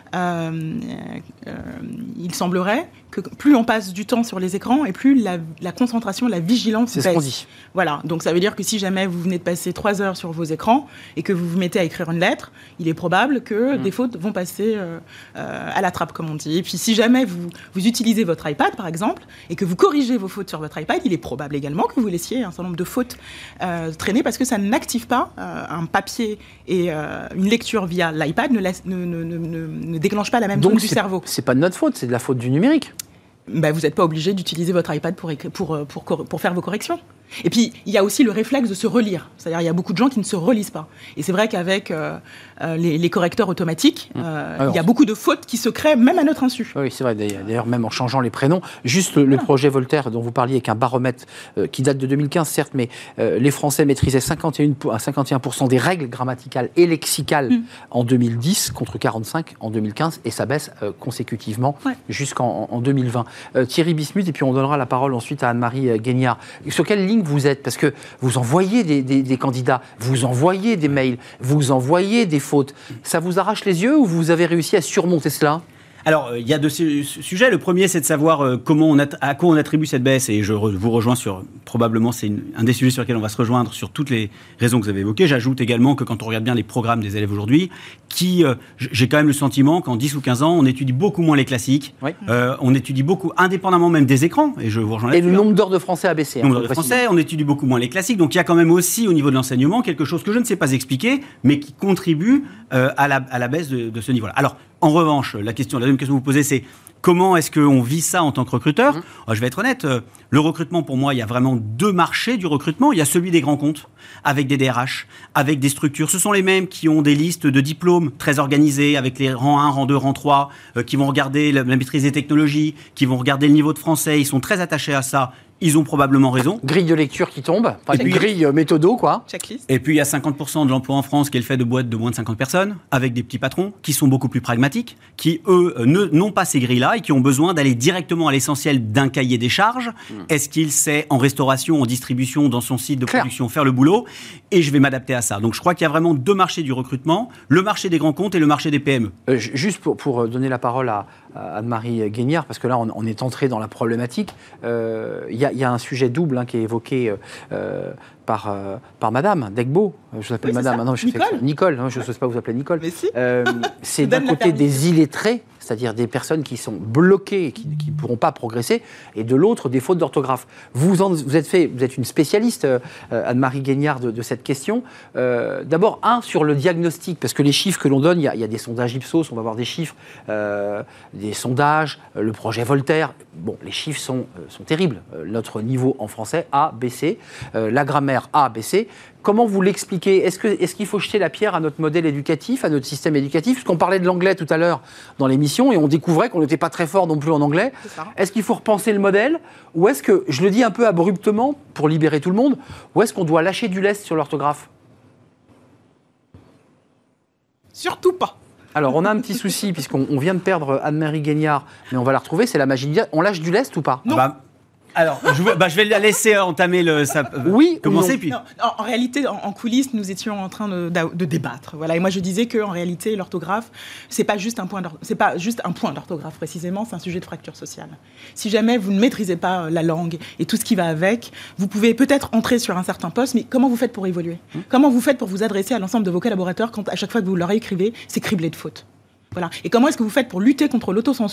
euh, euh, il semblerait que plus on passe du temps sur les écrans et plus la, la concentration, la vigilance C'est baisse. ce qu'on dit. Voilà, donc ça veut dire que si jamais vous venez de passer trois heures sur vos écrans et que vous vous mettez à écrire une lettre, il est probable que mmh. des fautes vont passer euh, euh, à la trappe, comme on dit. Et puis si jamais vous, vous utilisez votre iPad, par exemple, et que vous corrigez vos fautes sur votre iPad, il est probable également que vous laissiez un certain nombre de fautes euh, traîner parce que ça n'active pas euh, un papier et euh, une lecture via l'iPad ne, laisse, ne, ne, ne, ne déclenche pas la même zone du cerveau. C'est pas de notre faute, c'est de la faute du numérique. Ben, vous n'êtes pas obligé d'utiliser votre iPad pour, pour, pour, pour, pour faire vos corrections. Et puis, il y a aussi le réflexe de se relire. C'est-à-dire, il y a beaucoup de gens qui ne se relisent pas. Et c'est vrai qu'avec euh, euh, les, les correcteurs automatiques, euh, Alors, il y a beaucoup de fautes qui se créent, même à notre insu. Oui, c'est vrai. D'ailleurs, même en changeant les prénoms. Juste le, le ah. projet Voltaire dont vous parliez, avec un baromètre euh, qui date de deux mille quinze, certes, mais euh, les Français maîtrisaient cinquante et un pour cent des règles grammaticales et lexicales mm. en deux mille dix, contre quarante-cinq en deux mille quinze, et ça baisse euh, consécutivement ouais. jusqu'en en deux mille vingt. Euh, Thierry Bismuth, et puis on donnera la parole ensuite à Anne-Marie Guignard. Sur quelle ligne vous êtes? Parce que vous envoyez des, des, des candidats, vous envoyez des mails, vous envoyez des fautes. Ça vous arrache les yeux ou vous avez réussi à surmonter cela? Alors, il y a deux sujets. Le premier, c'est de savoir euh, comment on at- à quoi on attribue cette baisse. Et je re- vous rejoins sur, probablement, c'est une, un des sujets sur lesquels on va se rejoindre sur toutes les raisons que vous avez évoquées. J'ajoute également que quand on regarde bien les programmes des élèves aujourd'hui, qui, euh, j'ai quand même le sentiment qu'en dix ou quinze ans, on étudie beaucoup moins les classiques. Oui. Euh, on étudie beaucoup, indépendamment même des écrans. Et je vous rejoins là-dessus. Et le nombre d'heures de français a baissé. Le nombre d'heures de français, on étudie beaucoup moins les classiques. Donc, il y a quand même aussi, au niveau de l'enseignement, quelque chose que je ne sais pas expliquer, mais qui contribue euh, à, la, à la baisse de, de ce niveau-là. Alors, en revanche, la question, la deuxième question que vous posez, c'est comment est-ce qu'on vit ça en tant que recruteur ? mmh. Alors, je vais être honnête, euh, le recrutement, pour moi, il y a vraiment deux marchés du recrutement. Il y a celui des grands comptes, avec des D R H, avec des structures. Ce sont les mêmes qui ont des listes de diplômes très organisées, avec les rangs un, rang deux, rang trois, euh, qui vont regarder la, la maîtrise des technologies, qui vont regarder le niveau de français. Ils sont très attachés à ça. Ils ont probablement raison. Grille de lecture qui tombe, enfin, une grille euh, méthodo, quoi. Checklist. Et puis, il y a cinquante pour cent de l'emploi en France qui est le fait de boîtes de moins de cinquante personnes, avec des petits patrons qui sont beaucoup plus pragmatiques, qui, eux, ne, n'ont pas ces grilles-là et qui ont besoin d'aller directement à l'essentiel d'un cahier des charges. Mmh. Est-ce qu'il sait, en restauration, en distribution, dans son site de Claire. production, faire le boulot? Et je vais m'adapter à ça. Donc, je crois qu'il y a vraiment deux marchés du recrutement, le marché des grands comptes et le marché des P M E. Euh, juste pour, pour donner la parole à, à Anne-Marie Guignard, parce que là, on, on est entré dans la problématique. Il euh, y, y a un sujet double hein, qui est évoqué euh, par, euh, par Madame Degbeau. Je vous appelle oui, Madame. Non, je Nicole. Fais, Nicole. Non, je ne sais pas vous appeler Nicole. Mais si. Euh, c'est d'un côté des illettrés, c'est-à-dire des personnes qui sont bloquées, qui ne pourront pas progresser, et de l'autre, des fautes d'orthographe. Vous, en, vous, êtes, fait, vous êtes une spécialiste, euh, Anne-Marie Guignard, de, de cette question. Euh, d'abord, un, sur le diagnostic, parce que les chiffres que l'on donne, il y, y a des sondages Ipsos, on va voir des chiffres, euh, des sondages, euh, le projet Voltaire. Bon, les chiffres sont, euh, sont terribles. Euh, notre niveau en français a baissé, euh, la grammaire a baissé. Comment vous l'expliquez ? Est-ce que, est-ce qu'il faut jeter la pierre à notre modèle éducatif, à notre système éducatif ? Parce qu'on parlait de l'anglais tout à l'heure dans l'émission et on découvrait qu'on n'était pas très fort non plus en anglais. Est-ce qu'il faut repenser le modèle ? Ou est-ce que, je le dis un peu abruptement pour libérer tout le monde, ou est-ce qu'on doit lâcher du lest sur l'orthographe ? Surtout pas. Alors, on a un petit souci puisqu'on on vient de perdre Anne-Marie Guignard, mais on va la retrouver, c'est la magie du... On lâche du lest ou pas ? Non. Bah, alors, je, bah, je vais la laisser entamer le. Ça, oui, commencer. Puis... Non, en, en réalité, en, en coulisses, nous étions en train de, de, de débattre. Voilà. Et moi, je disais qu'en réalité, l'orthographe, c'est pas juste un point, c'est pas juste un point d'orthographe précisément, c'est un sujet de fracture sociale. Si jamais vous ne maîtrisez pas la langue et tout ce qui va avec, vous pouvez peut-être entrer sur un certain poste, mais comment vous faites pour évoluer ? mmh. Comment vous faites pour vous adresser à l'ensemble de vos collaborateurs quand à chaque fois que vous leur écrivez, c'est criblé de fautes ? Voilà. Et comment est-ce que vous faites pour lutter contre l'autocensure ?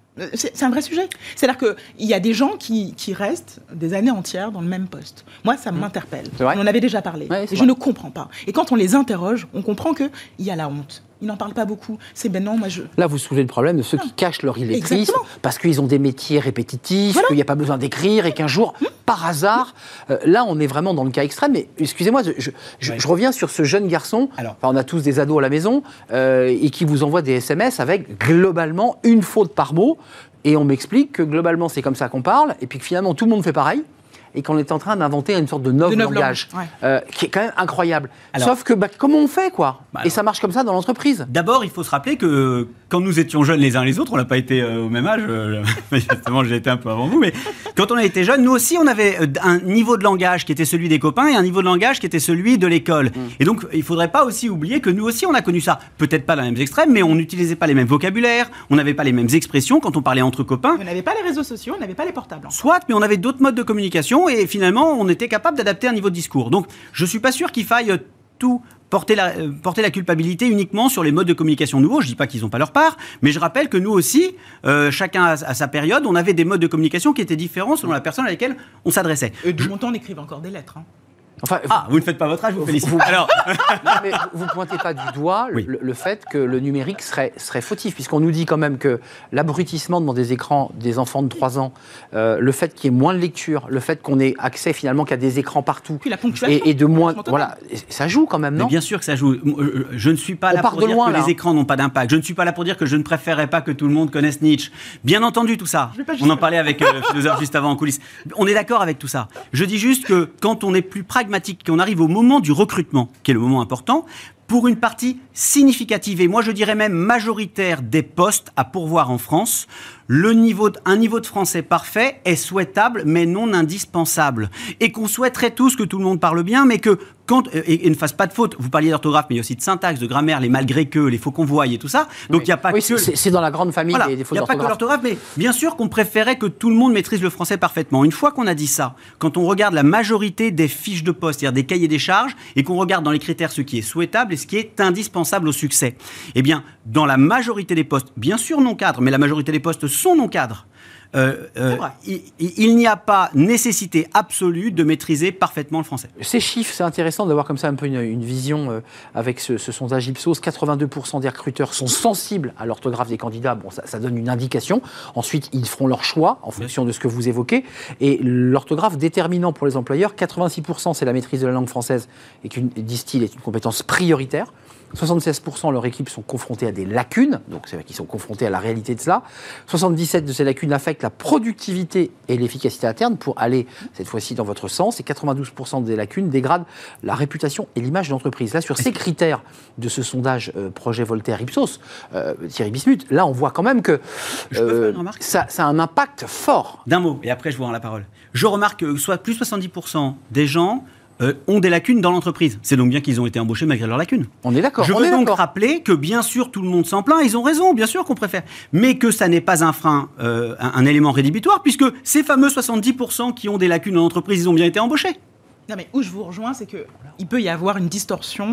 C'est, c'est un vrai sujet. C'est-à-dire qu'il y a des gens qui, qui restent des années entières dans le même poste. Moi, ça m'interpelle. C'est vrai. On en avait déjà parlé. Ouais, et je vrai. ne comprends pas. Et quand on les interroge, on comprend qu'il y a la honte. Ils n'en parlent pas beaucoup. C'est ben non, moi je... Là, vous soulevez le problème de ceux qui cachent leur illettrisme Exactement. parce qu'ils ont des métiers répétitifs, Voilà. qu'il n'y a pas besoin d'écrire et qu'un jour, Mmh. par hasard, euh, là, on est vraiment dans le cas extrême. Mais excusez-moi, je, je, je- Ouais. je reviens sur ce jeune garçon. Alors. Enfin, on a tous des ados à la maison euh, et qui vous envoie des S M S avec globalement une faute par mot. Et on m'explique que globalement, c'est comme ça qu'on parle et puis que finalement, tout le monde fait pareil. Et qu'on est en train d'inventer une sorte de neuf De neuf langage, langues, ouais. euh, qui est quand même incroyable. Alors- Sauf que, bah, comment on fait, quoi Bah, Et ça marche comme ça dans l'entreprise. D'abord, il faut se rappeler que quand nous étions jeunes les uns les autres, on n'a pas été euh, au même âge. euh, Justement, j'ai été un peu avant vous, mais quand on a été jeunes, nous aussi, on avait euh, un niveau de langage qui était celui des copains et un niveau de langage qui était celui de l'école. Et donc, il faudrait pas aussi oublier que nous aussi, on a connu ça. Peut-être pas dans les mêmes extrêmes, mais on n'utilisait pas les mêmes vocabulaires, on n'avait pas les mêmes expressions quand on parlait entre copains. On n'avait pas les réseaux sociaux, on n'avait pas les portables. Soit, mais on avait d'autres modes de communication et finalement, on était capable d'adapter un niveau de discours. Donc, je suis pas sûr qu'il faille euh, tout porter la, euh, porter la culpabilité uniquement sur les modes de communication nouveaux. Je dis pas qu'ils n'ont pas leur part, mais je rappelle que nous aussi, euh, chacun à, à sa période, on avait des modes de communication qui étaient différents selon la personne à laquelle on s'adressait. Et de mon temps, on écrivait encore des lettres. hein. Enfin, Ah, vous ne faites pas votre âge, je vous félicite. Alors, non, mais vous ne pointez pas du doigt Oui. le, le fait que le numérique serait, serait fautif, puisqu'on nous dit quand même que l'abrutissement devant des écrans des enfants de trois ans, euh, le fait qu'il y ait moins de lecture, le fait qu'on ait accès finalement qu'à des écrans partout, Puis la ponctuation. et, et de moins... Franchement, Voilà, ça joue quand même, mais non? bien sûr que ça joue. Euh, Je ne suis pas On là part pour de dire loin, que là. les écrans n'ont pas d'impact. Je ne suis pas là pour dire que je ne préférerais pas que tout le monde connaisse Nietzsche. Bien entendu, tout ça. Je vais pas On jusque-là. en parlait avec euh, le philosophe juste avant en coulisses. On est d'accord avec tout ça. Je dis juste que quand on est plus pragmatique, qu'on arrive au moment du recrutement, qui est le moment important, pour une partie significative, et moi je dirais même majoritaire des postes à pourvoir en France, le niveau de, un niveau de français parfait est souhaitable, mais non indispensable. Et qu'on souhaiterait tous que tout le monde parle bien, mais que quand, et, et ne fasse pas de faute. Vous parliez d'orthographe, mais il y a aussi de syntaxe, de grammaire, les malgré que, les faux qu'on voit et tout ça. Donc il n'y a pas oui, que... c'est, c'est dans la grande famille Voilà, des, il des fautes n'y a pas que d'orthographe. l'orthographe, mais bien sûr qu'on préférait que tout le monde maîtrise le français parfaitement. Une fois qu'on a dit ça, quand on regarde la majorité des fiches de poste, c'est-à-dire des cahiers des charges, et qu'on regarde dans les critères ce qui est souhaitable et ce qui est indispensable au succès, eh bien, dans la majorité des postes, bien sûr non cadres, mais la majorité des postes sont non cadres, euh, euh, il, il n'y a pas nécessité absolue de maîtriser parfaitement le français. Ces chiffres, c'est intéressant d'avoir comme ça un peu une, une vision euh, avec ce, ce sondage Ipsos. quatre-vingt-deux pour cent des recruteurs sont sensibles à l'orthographe des candidats. Bon, ça, ça donne une indication. Ensuite, ils feront leur choix en fonction de ce que vous évoquez. Et l'orthographe déterminant pour les employeurs, quatre-vingt-six pour cent c'est la maîtrise de la langue française et qu'une, disent-ils, est une compétence prioritaire. soixante-seize pour cent de leurs équipes sont confrontées à des lacunes, donc c'est-à-dire qu'ils sont confrontés à la réalité de cela. soixante-dix-sept de ces lacunes affectent la productivité et l'efficacité interne pour aller, cette fois-ci, dans votre sens. Et quatre-vingt-douze pour cent des lacunes dégradent la réputation et l'image de l'entreprise. Là, sur ces critères de ce sondage euh, projet Voltaire-Ipsos, euh, Thierry Bismuth, là, on voit quand même que Je peux faire une remarque ça, ça a un impact fort. D'un mot, et après je vous rends la parole. Je remarque que soit plus soixante-dix pour cent des gens euh, ont des lacunes dans l'entreprise. C'est donc bien qu'ils ont été embauchés malgré leurs lacunes. On est d'accord. Je on veux est donc d'accord. rappeler que bien sûr tout le monde s'en plaint, ils ont raison, bien sûr qu'on préfère, mais que ça n'est pas un frein, euh, un, un élément rédhibitoire, puisque ces fameux soixante-dix pour cent qui ont des lacunes dans l'entreprise, ils ont bien été embauchés. Non, mais où je vous rejoins, c'est qu'il peut y avoir une distorsion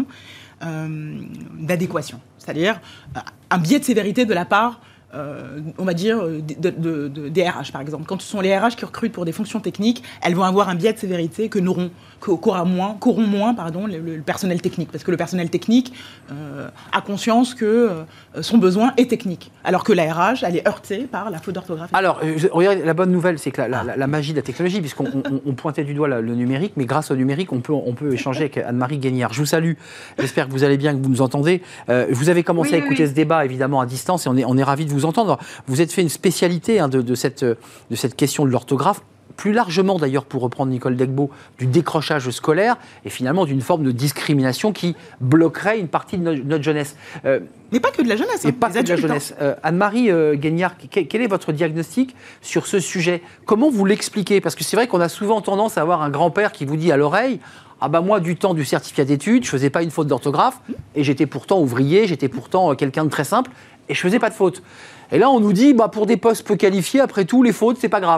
euh, d'adéquation. C'est-à-dire euh, un biais de sévérité de la part, euh, on va dire, de, de, de, des R H, par exemple. Quand ce sont les R H qui recrutent pour des fonctions techniques, elles vont avoir un biais de sévérité que n'auront, qu'aura moins, qu'auront moins pardon, le, le personnel technique. Parce que le personnel technique euh, a conscience que euh, son besoin est technique. Alors que la R H, elle est heurtée par la faute d'orthographe. Alors, euh, regardez, la bonne nouvelle, c'est que la, la, la, la magie de la technologie, puisqu'on on, on pointait du doigt la, le numérique, mais grâce au numérique, on peut, on peut échanger avec Anne-Marie Guignard. Je vous salue, j'espère que vous allez bien, que vous nous entendez. Euh, vous avez commencé Oui, à écouter oui. ce débat, évidemment, à distance, et on est, on est ravis de vous entendre. Vous êtes fait une spécialité hein, de, de, cette, de cette question de l'orthographe, plus largement d'ailleurs, pour reprendre Nicole Degbaud, du décrochage scolaire, et finalement d'une forme de discrimination qui bloquerait une partie de notre, notre jeunesse. Euh, Mais pas que de la jeunesse. Et hein, pas des que de la adultes, hein. jeunesse. Euh, Anne-Marie euh, Guignard, quel, quel est votre diagnostic sur ce sujet? Comment vous l'expliquez? Parce que c'est vrai qu'on a souvent tendance à avoir un grand-père qui vous dit à l'oreille « Ah bah moi, du temps du certificat d'études, je faisais pas une faute d'orthographe, et j'étais pourtant ouvrier, j'étais pourtant euh, quelqu'un de très simple, et je faisais pas de faute. » Et là, on nous dit bah, « Pour des postes peu qualifiés, après tout, les fautes, c'est pas grave. »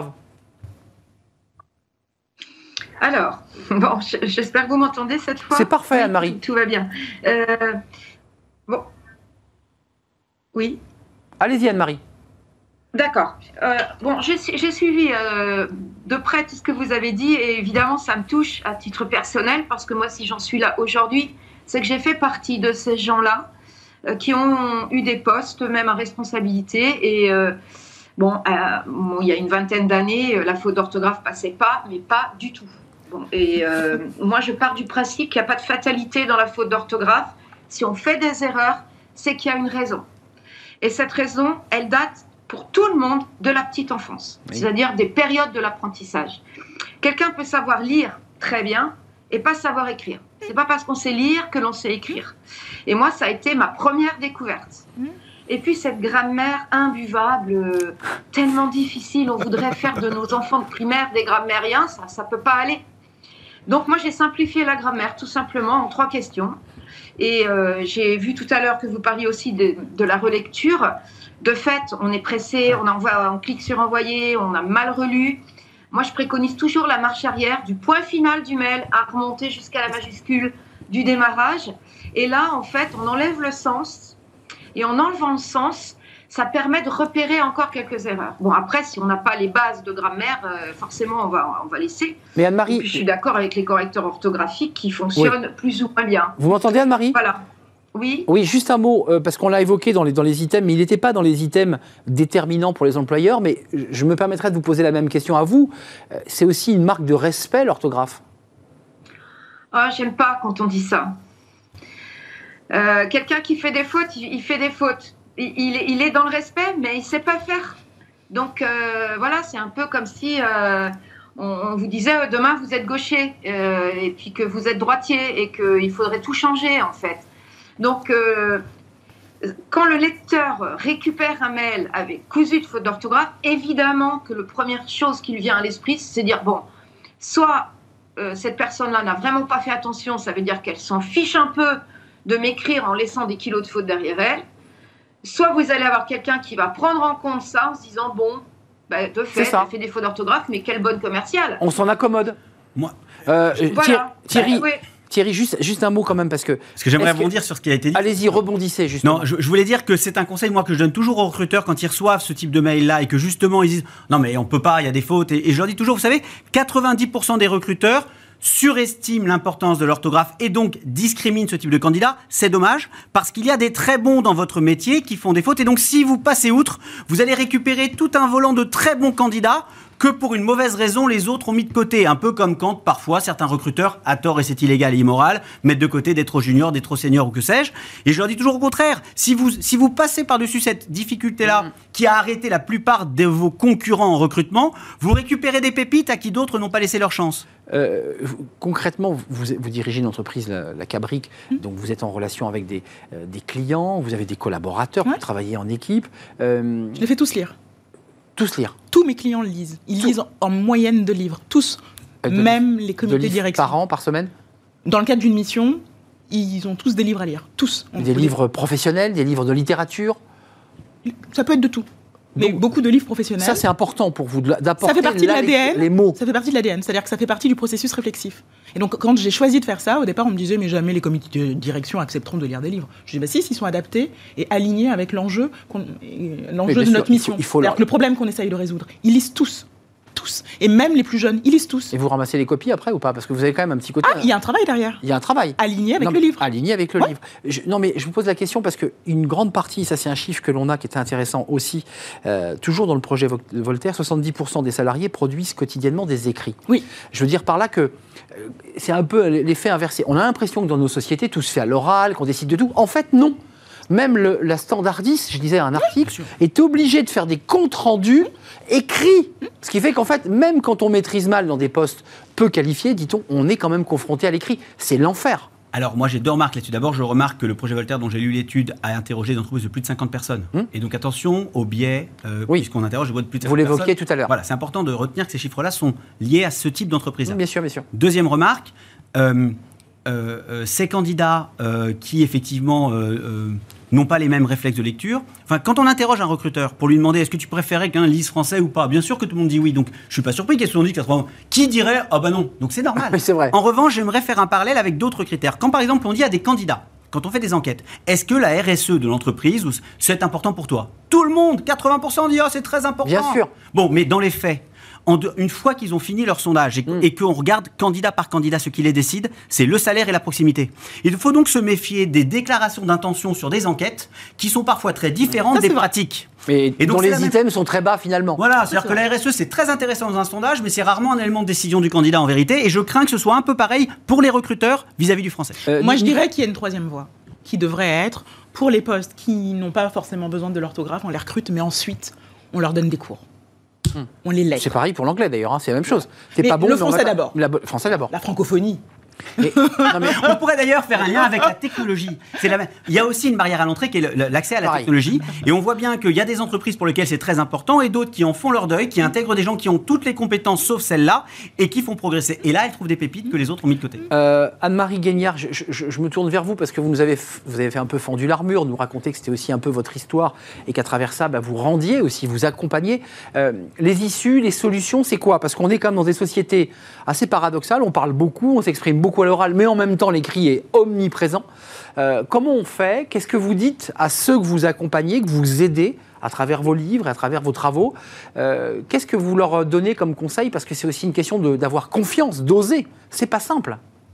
Alors, bon, j'espère que vous m'entendez cette fois. C'est parfait, Oui, Anne-Marie. Tout, tout va bien. Euh, bon. Oui. Allez-y, Anne-Marie. D'accord. Euh, bon, j'ai, j'ai suivi euh, de près tout ce que vous avez dit et évidemment, ça me touche à titre personnel parce que moi, si j'en suis là aujourd'hui, c'est que j'ai fait partie de ces gens-là euh, qui ont eu des postes, même à responsabilité. Et euh, bon, euh, bon, il y a une vingtaine d'années, la faute d'orthographe passait pas, mais pas du tout. Bon, et euh, moi, je pars du principe qu'il n'y a pas de fatalité dans la faute d'orthographe. Si on fait des erreurs, c'est qu'il y a une raison. Et cette raison, elle date pour tout le monde de la petite enfance, oui. C'est-à-dire des périodes de l'apprentissage. Quelqu'un peut savoir lire très bien et pas savoir écrire. C'est pas parce qu'on sait lire que l'on sait écrire. Et moi, ça a été ma première découverte. Et puis cette grammaire imbuvable, euh, tellement difficile, on voudrait faire de nos enfants de primaire des grammairiens, ça, ça peut pas aller. Donc moi, j'ai simplifié la grammaire tout simplement en trois questions. Et euh, j'ai vu tout à l'heure que vous parliez aussi de, de la relecture. De fait, on est pressé, on, envoie, on clique sur envoyer, on a mal relu. Moi, je préconise toujours la marche arrière du point final du mail à remonter jusqu'à la majuscule du démarrage. Et là, en fait, on enlève le sens. Et en enlevant le sens, ça permet de repérer encore quelques erreurs. Bon, après, si on n'a pas les bases de grammaire, euh, forcément, on va, on va laisser. Mais Anne-Marie... Je suis d'accord avec les correcteurs orthographiques qui fonctionnent oui. plus ou moins bien. Vous m'entendez, Anne-Marie ? Voilà. Oui. Oui, juste un mot, euh, parce qu'on l'a évoqué dans les, dans les items, mais il n'était pas dans les items déterminants pour les employeurs, mais je me permettrai de vous poser la même question à vous. Euh, c'est aussi une marque de respect, l'orthographe ? Ah, j'aime pas quand on dit ça. Euh, quelqu'un qui fait des fautes, il, il fait des fautes. Il, il, il est dans le respect, mais il ne sait pas faire. Donc, euh, voilà, c'est un peu comme si euh, on, on vous disait euh, demain, vous êtes gaucher, euh, et puis que vous êtes droitier, et qu'il faudrait tout changer, en fait. Donc, euh, quand le lecteur récupère un mail avec cousu de faute d'orthographe, évidemment que la première chose qui lui vient à l'esprit, c'est de dire, bon, soit euh, cette personne-là n'a vraiment pas fait attention, ça veut dire qu'elle s'en fiche un peu de m'écrire en laissant des kilos de faute derrière elle, soit vous allez avoir quelqu'un qui va prendre en compte ça en se disant, bon, bah, de fait, elle fait des fautes d'orthographe, mais quelle bonne commerciale. On s'en accommode. Moi. Euh, voilà. Thierry, bah, oui. Thierry, juste, juste un mot quand même, parce que... Parce que j'aimerais rebondir que... sur ce qui a été dit. Allez-y, rebondissez, justement. Non, je, je voulais dire que c'est un conseil, moi, que je donne toujours aux recruteurs quand ils reçoivent ce type de mail-là et que, justement, ils disent « Non, mais on peut pas, il y a des fautes. » Et, et je leur dis toujours, vous savez, quatre-vingt-dix pour cent des recruteurs surestiment l'importance de l'orthographe et donc discriminent ce type de candidat. C'est dommage, parce qu'il y a des très bons dans votre métier qui font des fautes. Et donc, si vous passez outre, vous allez récupérer tout un volant de très bons candidats que pour une mauvaise raison, les autres ont mis de côté. Un peu comme quand, parfois, certains recruteurs, à tort et c'est illégal et immoral, mettent de côté des trop juniors, des trop seniors ou que sais-je. Et je leur dis toujours au contraire, si vous, si vous passez par-dessus cette difficulté-là, mmh. qui a arrêté la plupart de vos concurrents en recrutement, vous récupérez des pépites à qui d'autres n'ont pas laissé leur chance. Euh, concrètement, vous, vous dirigez une entreprise, la, la Cabric, mmh. donc vous êtes en relation avec des, euh, des clients, vous avez des collaborateurs, ouais. vous travaillez en équipe. Euh... Je les fais tous lire. Tous lire. Tous mes clients lisent. Ils Tout. lisent en moyenne deux livres. Tous. Euh, de Même livres. les comités de direction. Par an, par semaine ? Dans le cadre d'une mission, ils ont tous des livres à lire. Tous. Des livres professionnels, des livres de littérature ? Ça peut être de tout. Mais donc, beaucoup de livres professionnels. Ça, c'est important pour vous d'apporter ça fait partie là, de l'A D N, les, les mots. Ça fait partie de l'A D N, c'est-à-dire que ça fait partie du processus réflexif. Et donc, quand j'ai choisi de faire ça, au départ, on me disait, mais jamais les comités de direction accepteront de lire des livres. Je dis, bah si, s'ils sont adaptés et alignés avec l'enjeu, qu'on, l'enjeu de sûr, notre mission. Il faut, il faut leur... Le problème qu'on essaye de résoudre. Ils lisent tous. Tous. Et même les plus jeunes, ils lisent tous. Et vous ramassez les copies après ou pas ? Parce que vous avez quand même un petit côté... Ah, il y a un travail derrière. Il y a un travail. Aligné avec non, le livre. Aligné avec le ouais. livre. Je, non, mais je vous pose la question parce qu'une grande partie, ça c'est un chiffre que l'on a qui est intéressant aussi, euh, toujours dans le projet Voltaire, soixante-dix pour cent des salariés produisent quotidiennement des écrits. Oui. Je veux dire par là que euh, c'est un peu l'effet inversé. On a l'impression que dans nos sociétés, tout se fait à l'oral, qu'on décide de tout. En fait, non. Même le, la standardiste, je disais un article, oui, est obligée de faire des comptes rendus écrits. Ce qui fait qu'en fait, même quand on maîtrise mal dans des postes peu qualifiés, dit-on, on est quand même confronté à l'écrit. C'est l'enfer. Alors moi j'ai deux remarques là-dessus. D'abord je remarque que le projet Voltaire dont j'ai lu l'étude a interrogé des entreprises de plus de cinquante personnes. Hum. Et donc attention au biais, euh, oui. puisqu'on interroge des boîtes de plus de cinquante personnes. Vous l'évoquiez tout à l'heure. Voilà, c'est important de retenir que ces chiffres-là sont liés à ce type d'entreprise. Bien sûr, bien sûr. Deuxième remarque, euh, euh, euh, ces candidats euh, qui effectivement... Euh, euh, n'ont pas les mêmes réflexes de lecture. Enfin, quand on interroge un recruteur pour lui demander est-ce que tu préférais qu'un lise français ou pas, bien sûr que tout le monde dit oui. Donc, je suis pas surpris qu'ils se sont dit quatre-vingts qui dirait ah bah non. Donc c'est normal. Oui, c'est vrai. En revanche, j'aimerais faire un parallèle avec d'autres critères. Quand par exemple on dit à des candidats quand on fait des enquêtes, est-ce que la R S E de l'entreprise, c'est important pour toi? Tout le monde, quatre-vingts pour cent dit oh, c'est très important. Bien sûr. Bon, mais dans les faits, en de, une fois qu'ils ont fini leur sondage et, mm. et qu'on regarde candidat par candidat ce qui les décide, c'est le salaire et la proximité. Il faut donc se méfier des déclarations d'intention sur des enquêtes qui sont parfois très différentes Ça, des vrai. pratiques. Et, et donc, dont les même... items sont très bas finalement. Voilà, c'est-à-dire que la R S E, c'est très intéressant dans un sondage, mais c'est rarement un élément de décision du candidat en vérité. Et je crains que ce soit un peu pareil pour les recruteurs vis-à-vis du français. Euh, Moi, je dirais qu'il y a une troisième voie qui devrait être pour les postes qui n'ont pas forcément besoin de l'orthographe, on les recrute, mais ensuite, on leur donne des cours. Hum. On les lègue. C'est pareil pour l'anglais d'ailleurs, hein, c'est la même chose. C'est mais pas bon. le mais français va... d'abord. La... Français d'abord. La francophonie. Mais, non, mais... On pourrait d'ailleurs faire un lien avec la technologie. C'est la... Il y a aussi une barrière à l'entrée qui est l'accès à la Pareil. technologie. Et on voit bien qu'il y a des entreprises pour lesquelles c'est très important et d'autres qui en font leur deuil, qui intègrent des gens qui ont toutes les compétences sauf celles-là et qui font progresser. Et là, elles trouvent des pépites que les autres ont mis de côté. Euh, Anne-Marie Guignard, je, je, je me tourne vers vous parce que vous nous avez, vous avez fait un peu fendu l'armure, nous raconter que c'était aussi un peu votre histoire et qu'à travers ça, bah, vous rendiez aussi, vous accompagnez. Euh, les issues, les solutions, c'est quoi? Parce qu'on est quand même dans des sociétés assez paradoxales, on parle beaucoup, on s'exprime beaucoup à l'oral, mais en même temps, l'écrit est omniprésent. Euh, comment on fait? Qu'est-ce que vous dites à ceux que vous accompagnez, que vous aidez à travers vos livres, à travers vos travaux? euh, Qu'est-ce que vous leur donnez comme conseil? Parce que c'est aussi une question de, d'avoir confiance, d'oser. C'est pas simple.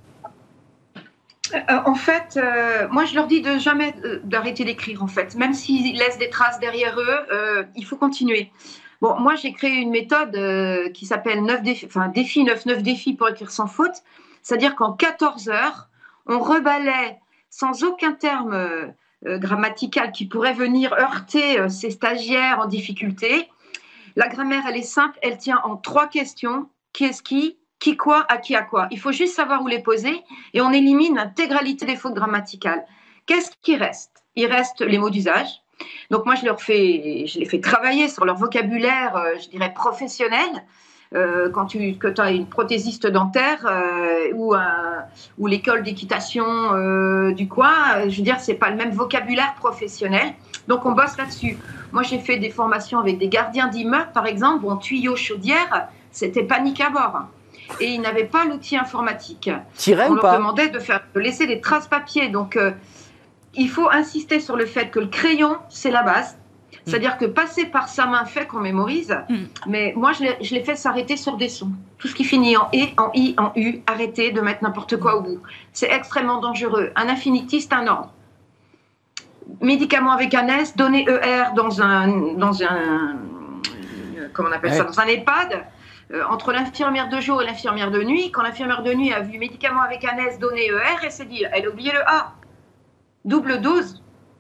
Euh, en fait, euh, moi je leur dis de jamais euh, d'arrêter d'écrire en fait. Même s'ils laissent des traces derrière eux, euh, il faut continuer. Bon, moi j'ai créé une méthode euh, qui s'appelle neuf défis, enfin défi neuf, neuf défis pour écrire sans faute. C'est-à-dire qu'en quatorze heures, on rebalait sans aucun terme euh, euh, grammatical qui pourrait venir heurter euh, ces stagiaires en difficulté. La grammaire, elle est simple, elle tient en trois questions. Qui est-ce qui? Qui quoi? À qui à quoi? Il faut juste savoir où les poser et on élimine l'intégralité des fautes grammaticales. Qu'est-ce qui reste? Il reste les mots d'usage. Donc moi, je, leur fais, je les fais travailler sur leur vocabulaire, euh, je dirais, professionnel. Euh, quand tu que as une prothésiste dentaire euh, ou, un, ou l'école d'équitation euh, du coin, euh, je veux dire, c'est pas le même vocabulaire professionnel. Donc, on bosse là-dessus. Moi, j'ai fait des formations avec des gardiens d'immeubles, par exemple. Bon, tuyau chaudière, c'était panique à bord. Et ils n'avaient pas l'outil informatique. Tiret on ou leur pas demandait de, faire, de laisser des traces papier. Donc, euh, il faut insister sur le fait que le crayon, c'est la base. C'est-à-dire que passer par sa main fait qu'on mémorise, mm. mais moi, je les, je les fais s'arrêter sur des sons. Tout ce qui finit en « et », en « i », en « u », arrêtez de mettre n'importe quoi au bout. C'est extrêmement dangereux. Un infinitif, c'est un ordre. Médicament avec un S, donner E R dans un, dans un, comment on appelle ouais. ça, dans un EHPAD, euh, entre l'infirmière de jour et l'infirmière de nuit. Quand l'infirmière de nuit a vu médicament avec un S, donner E R, elle s'est dit, elle a oublié le A. Double dose.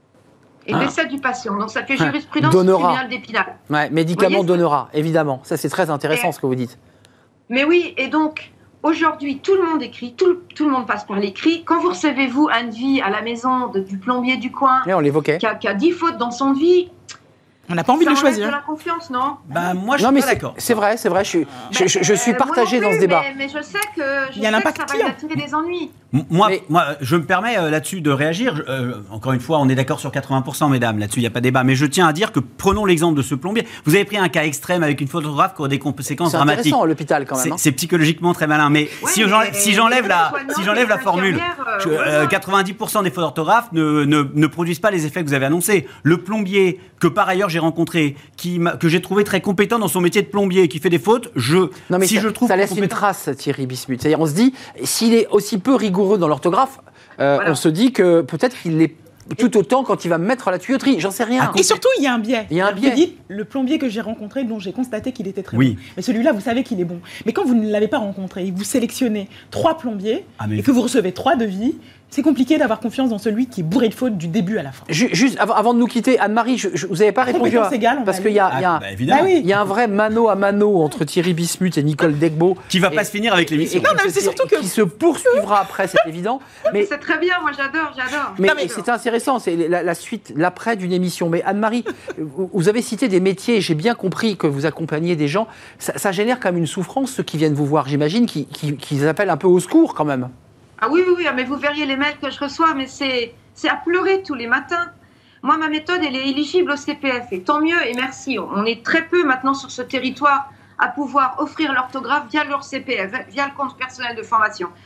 Et ah. décès du patient. Donc ça fait jurisprudence du tribunal d'Épinal. Ouais, médicament donnera, évidemment. Ça, c'est très intéressant et, ce que vous dites. Mais oui, et donc, aujourd'hui, tout le monde écrit, tout, tout le monde passe par l'écrit. Quand vous recevez, vous, un devis à la maison de, du plombier du coin, et on l'évoquait, qui a, qui a dix fautes dans son devis, on n'a pas envie de le choisir. De la confiance, non? Bah, moi, je non, suis mais pas d'accord. C'est vrai, c'est vrai. Je suis, je, je, je suis partagé euh, dans ce débat. Mais, mais je sais que, je il y a sais l'impact que ça va attirer des ennuis. Moi, mais... moi, je me permets euh, là-dessus de réagir. Euh, encore une fois, on est d'accord sur quatre-vingts pour cent, mesdames. Là-dessus, il n'y a pas de débat. Mais je tiens à dire que prenons l'exemple de ce plombier. Vous avez pris un cas extrême avec une photographe qui a des conséquences c'est dramatiques. C'est intéressant, l'hôpital, quand même. Hein. C'est psychologiquement très malin. Mais ouais, si j'enlève si j'enlève la, si j'enlève la formule, euh, je, euh, quatre-vingt-dix pour cent des fautes d'orthographe ne, ne, ne produisent pas les effets que vous avez annoncés. Le plombier que par ailleurs j'ai rencontré, qui que j'ai trouvé très compétent dans son métier de plombier et qui fait des fautes, je, non, mais si ça, je trouve ça laisse compétent... une trace, Thierry Bismuth. C'est-à-dire, on se dit, s'il est aussi peu rigoureux dans l'orthographe, euh, voilà. on se dit que peut-être qu'il l'est tout autant quand il va me mettre à la tuyauterie. J'en sais rien. Et surtout, il y a un biais. Il y a un biais. Vous dites, le plombier que j'ai rencontré, dont j'ai constaté qu'il était très oui. bon. Mais celui-là, vous savez qu'il est bon. Mais quand vous ne l'avez pas rencontré, vous sélectionnez trois plombiers ah, mais... et que vous recevez trois devis, c'est compliqué d'avoir confiance dans celui qui est bourré de fautes du début à la fin. Juste avant, avant de nous quitter, Anne-Marie, je, je, vous n'avez pas répondu à... Égale, parce qu'il y a, ah, y a, bah, bah oui. y a un vrai mano à mano entre Thierry Bismuth et Nicole Degbaud. Qui va et, pas se finir avec l'émission. Non, non, c'est surtout que... Qui se poursuivra après, c'est évident. Mais c'est très bien, moi j'adore, j'adore. Mais, mais c'est intéressant, c'est la, la suite, l'après d'une émission. Mais Anne-Marie, vous avez cité des métiers, j'ai bien compris que vous accompagnez des gens. Ça, ça génère quand même une souffrance, ceux qui viennent vous voir, j'imagine, qui, qui, qui appellent un peu au secours quand même. Ah oui, oui, oui, mais vous verriez les mails que je reçois, mais c'est, c'est à pleurer tous les matins. Moi, ma méthode, elle est éligible au C P F, et tant mieux, et merci. On est très peu maintenant sur ce territoire à pouvoir offrir l'orthographe via leur C P F, via le compte personnel de formation.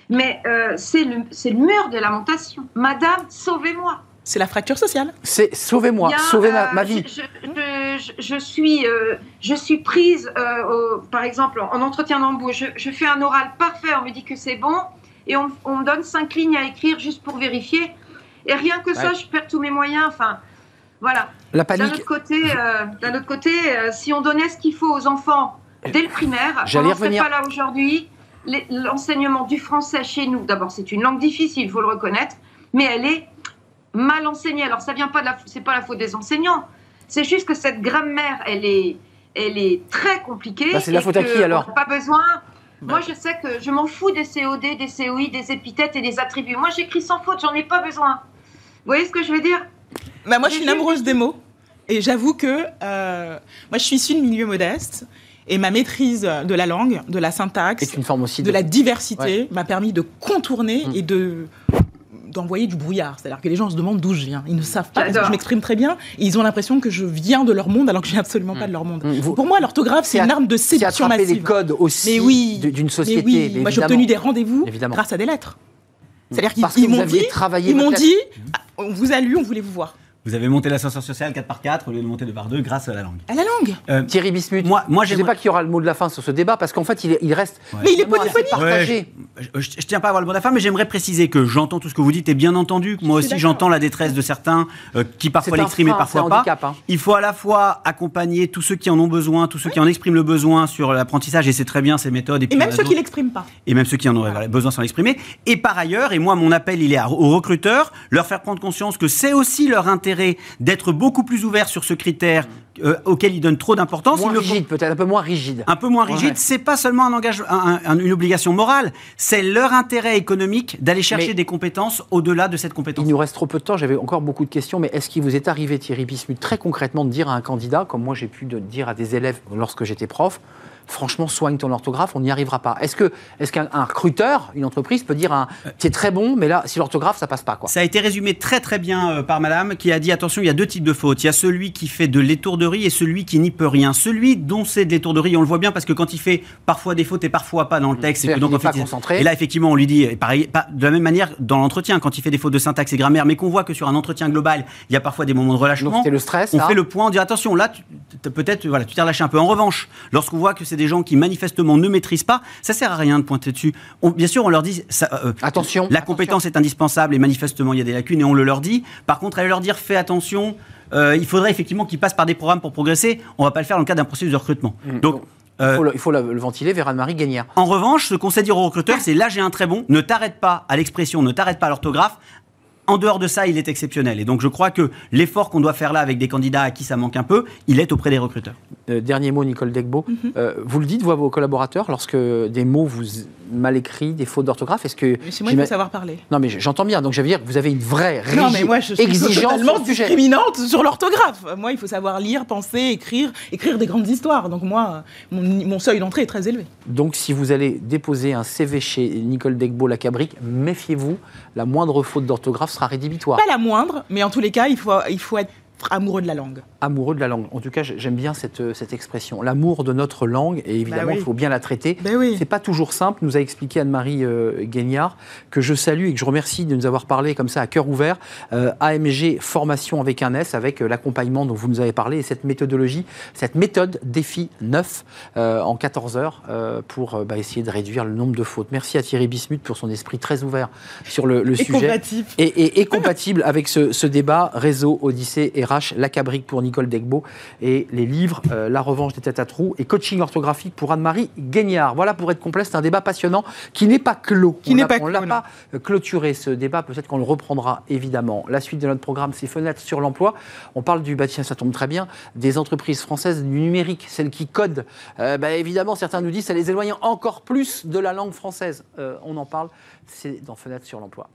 Mais euh, c'est le, c'est le mur de lamentation. Madame, sauvez-moi. C'est la fracture sociale. C'est sauvez-moi, Il y a, sauvez ma, euh, ma vie. Je, je, je, je, suis, euh, je suis prise, euh, au, par exemple, en entretien d'embauche. Je, je fais un oral parfait, on me dit que c'est bon, et on, on me donne cinq lignes à écrire juste pour vérifier. Et rien que ça, ouais. je perds tous mes moyens. Enfin, voilà. La panique. D'un autre côté, euh, d'un autre côté euh, si on donnait ce qu'il faut aux enfants dès le primaire, J'allais on n'en serait revenir. pas là aujourd'hui. Les, l'enseignement du français chez nous, d'abord, c'est une langue difficile, il faut le reconnaître, mais elle est mal enseignée. Alors, ça vient pas de la, c'est pas la faute des enseignants. C'est juste que cette grammaire, elle est, elle est très compliquée. Bah, c'est de la faute à qui, alors ? On n'a pas besoin. Bah. Moi, je sais que je m'en fous des C O D, des C O I, des épithètes et des attributs. Moi, j'écris sans faute, j'en ai pas besoin. Vous voyez ce que je veux dire ? Bah, moi, je suis une amoureuse des mots. Et j'avoue que euh, moi, je suis issue de milieu modeste. Et ma maîtrise de la langue, de la syntaxe, C'est une forme aussi de de la diversité Ouais. m'a permis de contourner Mm. et de d'envoyer du brouillard. C'est-à-dire que les gens se demandent d'où je viens. Ils ne savent pas parce que J'adore. je m'exprime très bien et ils ont l'impression que je viens de leur monde alors que je viens absolument pas de leur monde. Mm. Vous- Pour moi, l'orthographe, c'est C'est une att- arme de c'est séduction attraper les massive. codes aussi Mais oui, de- d'une Mais société. oui, mais moi j'ai évidemment. obtenu des rendez-vous Évidemment. grâce à des lettres. C'est-à-dire qu'ils Parce que ils vous m'ont aviez dit, travaillé ils m'ont votre dit, ah, on vous a lu, on voulait vous voir. Vous avez monté l'ascenseur social quatre par quatre au lieu de monter deux par deux grâce à la langue. À la langue. Euh, Thierry Bismuth, Moi- moi, je ne sais j'aimerais- pas qui aura le mot de la fin sur ce débat, parce qu'en fait, il, est- il reste Mais il est vraiment assez polyphonique. partagé. je, je, je tiens pas à avoir le mot de la fin, mais j'aimerais préciser que j'entends tout ce que vous dites et bien entendu, que moi suis aussi d'accord. j'entends la détresse de certains euh, qui C'est parfois un l'expriment et frein, parfois c'est un pas. handicap, hein. Il faut à la fois accompagner tous ceux qui en ont besoin, tous ceux qui en expriment le besoin sur l'apprentissage, et c'est très bien ces méthodes. Et, Et puis même il y en a ceux qui d'autres. l'expriment pas. Et même ceux qui en auraient besoin sans l'exprimer. Et par ailleurs, et moi mon appel il est à- aux recruteurs, leur faire prendre conscience que c'est aussi leur intérêt d'être beaucoup plus ouverts sur ce critère euh, auquel ils donnent trop d'importance. Moins Ils le font- rigide, peut-être un peu moins rigide. un peu moins rigide, Ouais. c'est pas seulement un engagement, un- un- une obligation morale, c'est leur intérêt économique d'aller chercher Mais- des compétences au-delà de cette compétence. Il nous reste trop peu de temps, j'avais encore beaucoup de questions, mais est-ce qu'il vous est arrivé, Thierry Bismuth, très concrètement, de dire à un candidat, comme moi j'ai pu de dire à des élèves lorsque j'étais prof, franchement, soigne ton orthographe, on n'y arrivera pas. Est-ce que, est-ce qu'un un recruteur, une entreprise, peut dire, un, t'es très bon, mais là, si l'orthographe, ça passe pas, quoi. Ça a été résumé très très bien euh, par madame qui a dit attention, il y a deux types de fautes. Il y a celui qui fait de l'étourderie et celui qui n'y peut rien. Celui dont c'est de l'étourderie, on le voit bien parce que quand il fait parfois des fautes et parfois pas dans le texte, et que C'est-à-dire donc qu'il en n'est fait, pas il- concentré. et là effectivement on lui dit et pareil, pas, de la même manière dans l'entretien quand il fait des fautes de syntaxe et grammaire, mais qu'on voit que sur un entretien global, il y a parfois des moments de relâchement. Donc c'était le stress, On là. fait le point, on dit attention, là tu- t'as peut-être voilà, tu t'es relâché un peu. En revanche, lorsqu'on voit que c'est des gens qui manifestement ne maîtrisent pas, ça sert à rien de pointer dessus. On- bien sûr, on leur dit ça, euh, Attention. la attention. compétence est indispensable et manifestement il y a des lacunes et on le leur dit. Par contre, aller leur dire fais attention, euh, il faudrait effectivement qu'ils passent par des programmes pour progresser. On va pas le faire dans le cadre d'un processus de recrutement. Mmh. Donc, Il euh, faut, le, il faut le, le ventiler vers Anne-Marie Guignard. en revanche, ce qu'on sait dire aux recruteurs, c'est là j'ai un très bon, ne t'arrête pas à l'expression, ne t'arrête pas à l'orthographe. En dehors de ça, il est exceptionnel. Et donc, je crois que l'effort qu'on doit faire là avec des candidats à qui ça manque un peu, il est auprès des recruteurs. Euh, dernier mot, Nicole Degbo. Mhm. Euh, vous le dites, vous, à vos collaborateurs, lorsque des mots vous mal écrits, des fautes d'orthographe, est-ce que... Mais chez moi, il j'ima- faut savoir parler. Non, mais j'entends bien. Donc, j'allais dire que vous avez une vraie rigide Non, mais moi, je suis exigence totalement sur le sujet. discriminante sur l'orthographe. Moi, il faut savoir lire, penser, écrire, écrire des grandes histoires. Donc moi, mon, mon seuil d'entrée est très élevé. Donc, si vous allez déposer un C V chez Nicole Degbo-Lacabrique, méfiez-vous, la moindre faute d'orthographe sera rédhibitoire. Pas la moindre, mais en tous les cas, il faut, il faut être amoureux de la langue. Amoureux de la langue. En tout cas, j'aime bien cette, cette expression. L'amour de notre langue, et évidemment, Bah oui. il faut bien la traiter. Ben oui. C'est pas toujours simple, nous a expliqué Anne-Marie euh, Guignard, que je salue et que je remercie de nous avoir parlé comme ça à cœur ouvert. Euh, A M G Formation avec un S, avec euh, l'accompagnement dont vous nous avez parlé, et cette méthodologie, cette méthode défi neuf euh, en quatorze heures euh, pour euh, bah, essayer de réduire le nombre de fautes. Merci à Thierry Bismuth pour son esprit très ouvert sur le, le Et sujet. combatif. Et, et- et compatible avec ce, ce débat réseau, Odyssée, R H, Lacabrique pour Nicole Degbo et les livres euh, La revanche des têtes à trous et coaching orthographique pour Anne-Marie Guignard. Voilà, pour être complet, c'est un débat passionnant qui n'est pas clos. Qui On n'est l'a- pas On ne l'a clos, pas euh, clôturé, ce débat. Peut-être qu'on le reprendra, évidemment. La suite de notre programme, c'est Fenêtres sur l'emploi. On parle du, bah tiens, ça tombe très bien, des entreprises françaises du numérique, celles qui codent. Euh, bah, évidemment, certains nous disent que ça les éloigne encore plus de la langue française. Euh, on en parle, c'est dans Fenêtres sur l'emploi.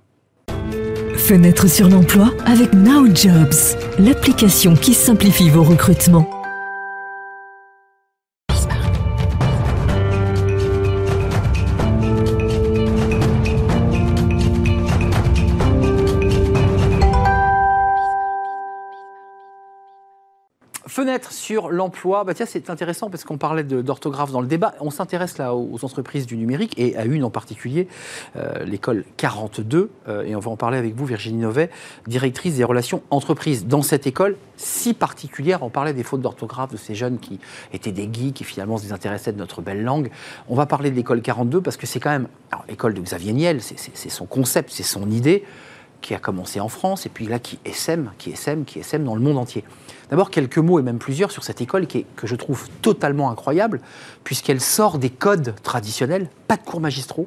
Fenêtre sur l'emploi avec Now Jobs, l'application qui simplifie vos recrutements. Fenêtres Bien-être sur l'emploi, bah tiens, c'est intéressant parce qu'on parlait de, d'orthographe dans le débat. On s'intéresse là aux, aux entreprises du numérique et à une en particulier, euh, l'école quarante-deux. Euh, et on va en parler avec vous, Virginie Novet, directrice des relations entreprises. Dans cette école si particulière, on parlait des fautes d'orthographe de ces jeunes qui étaient des geeks et finalement se désintéressaient de notre belle langue. On va parler de l'école quarante-deux parce que c'est quand même... Alors, l'école de Xavier Niel, c'est, c'est, c'est son concept, c'est son idée qui a commencé en France et puis là qui essaime, qui essaime, qui essaime dans le monde entier. D'abord, quelques mots et même plusieurs sur cette école qui est, que je trouve totalement incroyable puisqu'elle sort des codes traditionnels, pas de cours magistraux,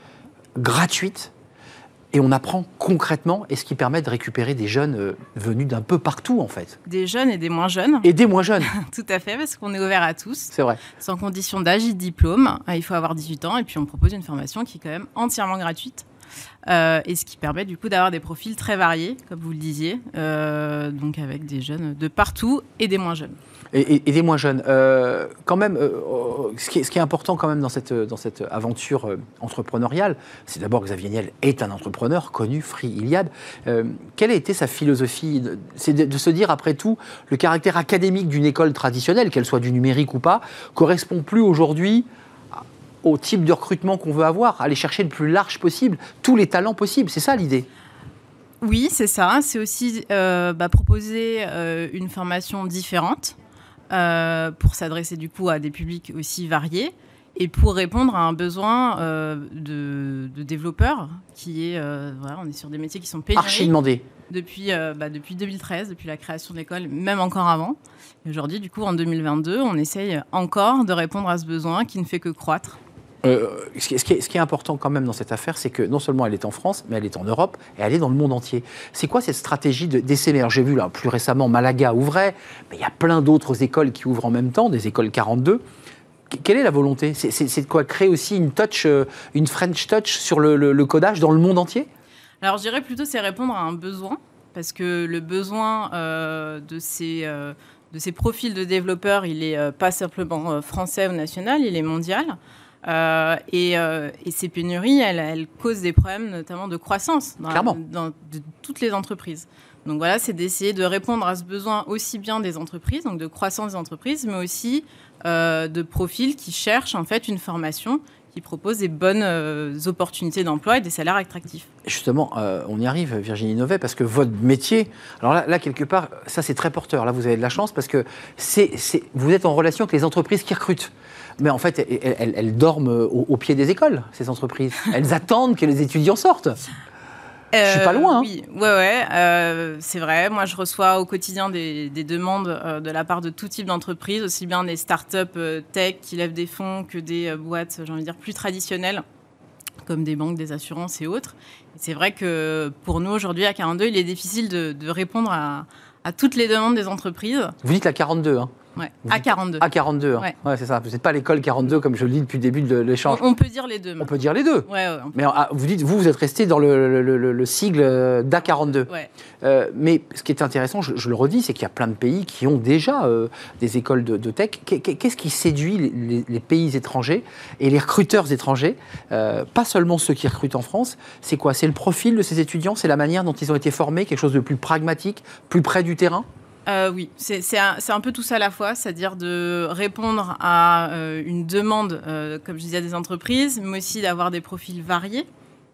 gratuite, et on apprend concrètement, et ce qui permet de récupérer des jeunes euh, venus d'un peu partout en fait. Des jeunes et des moins jeunes. Et des moins jeunes. Tout à fait, parce qu'on est ouvert à tous. C'est vrai. Sans condition d'âge et de diplôme. Il faut avoir dix-huit ans et puis on propose une formation qui est quand même entièrement gratuite. Euh, et ce qui permet du coup d'avoir des profils très variés, comme vous le disiez, euh, donc avec des jeunes de partout et des moins jeunes. Et, et, et des moins jeunes. Euh, quand même, euh, ce, qui est, ce qui est important quand même dans cette, dans cette aventure euh, entrepreneuriale, c'est d'abord que Xavier Niel est un entrepreneur connu, Free Iliad. Euh, quelle a été sa philosophie? C'est de, de se dire, après tout, le caractère académique d'une école traditionnelle, qu'elle soit du numérique ou pas, correspond plus aujourd'hui au type de recrutement qu'on veut avoir, aller chercher le plus large possible, tous les talents possibles. C'est ça l'idée? Oui, c'est ça. C'est aussi euh, bah, proposer euh, une formation différente euh, pour s'adresser du coup à des publics aussi variés et pour répondre à un besoin euh, de, de développeurs qui est, euh, voilà, on est sur des métiers qui sont pénuriques. Archi demandés. Depuis, euh, bah, depuis deux mille treize, depuis la création de l'école, même encore avant. Et aujourd'hui, du coup, en deux mille vingt-deux, on essaye encore de répondre à ce besoin qui ne fait que croître. Euh, ce, qui est, ce, qui est, ce qui est important quand même dans cette affaire, c'est que non seulement elle est en France, mais elle est en Europe et elle est dans le monde entier. C'est quoi cette stratégie de, d'essaimer? Alors, j'ai vu là, plus récemment, Malaga ouvrait, mais il y a plein d'autres écoles qui ouvrent en même temps, des écoles quarante-deux. Quelle est la volonté? c'est, c'est, c'est de quoi créer aussi une touch, une French touch sur le, le, le codage dans le monde entier? Alors, je dirais plutôt c'est répondre à un besoin, parce que le besoin euh, de ces... Euh, de ces profils de développeurs, il n'est euh, pas simplement euh, français ou national, il est mondial. Euh, et, euh, et ces pénuries, elles, elles causent des problèmes notamment de croissance dans, la, dans de toutes les entreprises. Donc voilà, c'est d'essayer de répondre à ce besoin aussi bien des entreprises, donc de croissance des entreprises, mais aussi euh, de profils qui cherchent en fait une formation qui propose des bonnes euh, opportunités d'emploi et des salaires attractifs. Justement, euh, on y arrive, Virginie Novet, parce que votre métier, alors là, là, quelque part, ça c'est très porteur. Là, vous avez de la chance parce que c'est, c'est, vous êtes en relation avec les entreprises qui recrutent. Mais en fait, elles, elles, elles dorment au, au pied des écoles, ces entreprises. Elles attendent que les étudiants sortent. Euh, je suis pas loin. Hein. Oui, ouais, ouais, euh, c'est vrai. Moi, je reçois au quotidien des, des demandes euh, de la part de tout type d'entreprises, aussi bien des startups euh, tech qui lèvent des fonds que des euh, boîtes, j'ai envie de dire, plus traditionnelles, comme des banques, des assurances et autres. Et c'est vrai que pour nous, aujourd'hui, à quarante-deux, il est difficile de, de répondre à, à toutes les demandes des entreprises. Vous dites la quarante-deux, hein? Ouais, à quarante-deux. À quarante-deux, hein. Ouais. Ouais, c'est ça. Vous n'êtes pas à l'école quarante-deux, comme je le dis depuis le début de l'échange. On, on peut dire les deux. On peut dire les deux. Ouais, ouais, mais ah, vous dites, vous, vous êtes resté dans le, le, le, le sigle d'A quarante-deux. Ouais. Euh, mais ce qui est intéressant, je, je le redis, c'est qu'il y a plein de pays qui ont déjà euh, des écoles de, de tech. Qu'est-ce qui séduit les, les, les pays étrangers et les recruteurs étrangers, euh, pas seulement ceux qui recrutent en France? C'est quoi? C'est le profil de ces étudiants? C'est la manière dont ils ont été formés? Quelque chose de plus pragmatique, plus près du terrain? Euh, oui, c'est, c'est, un, c'est un peu tout ça à la fois, c'est-à-dire de répondre à euh, une demande, euh, comme je disais, des entreprises, mais aussi d'avoir des profils variés.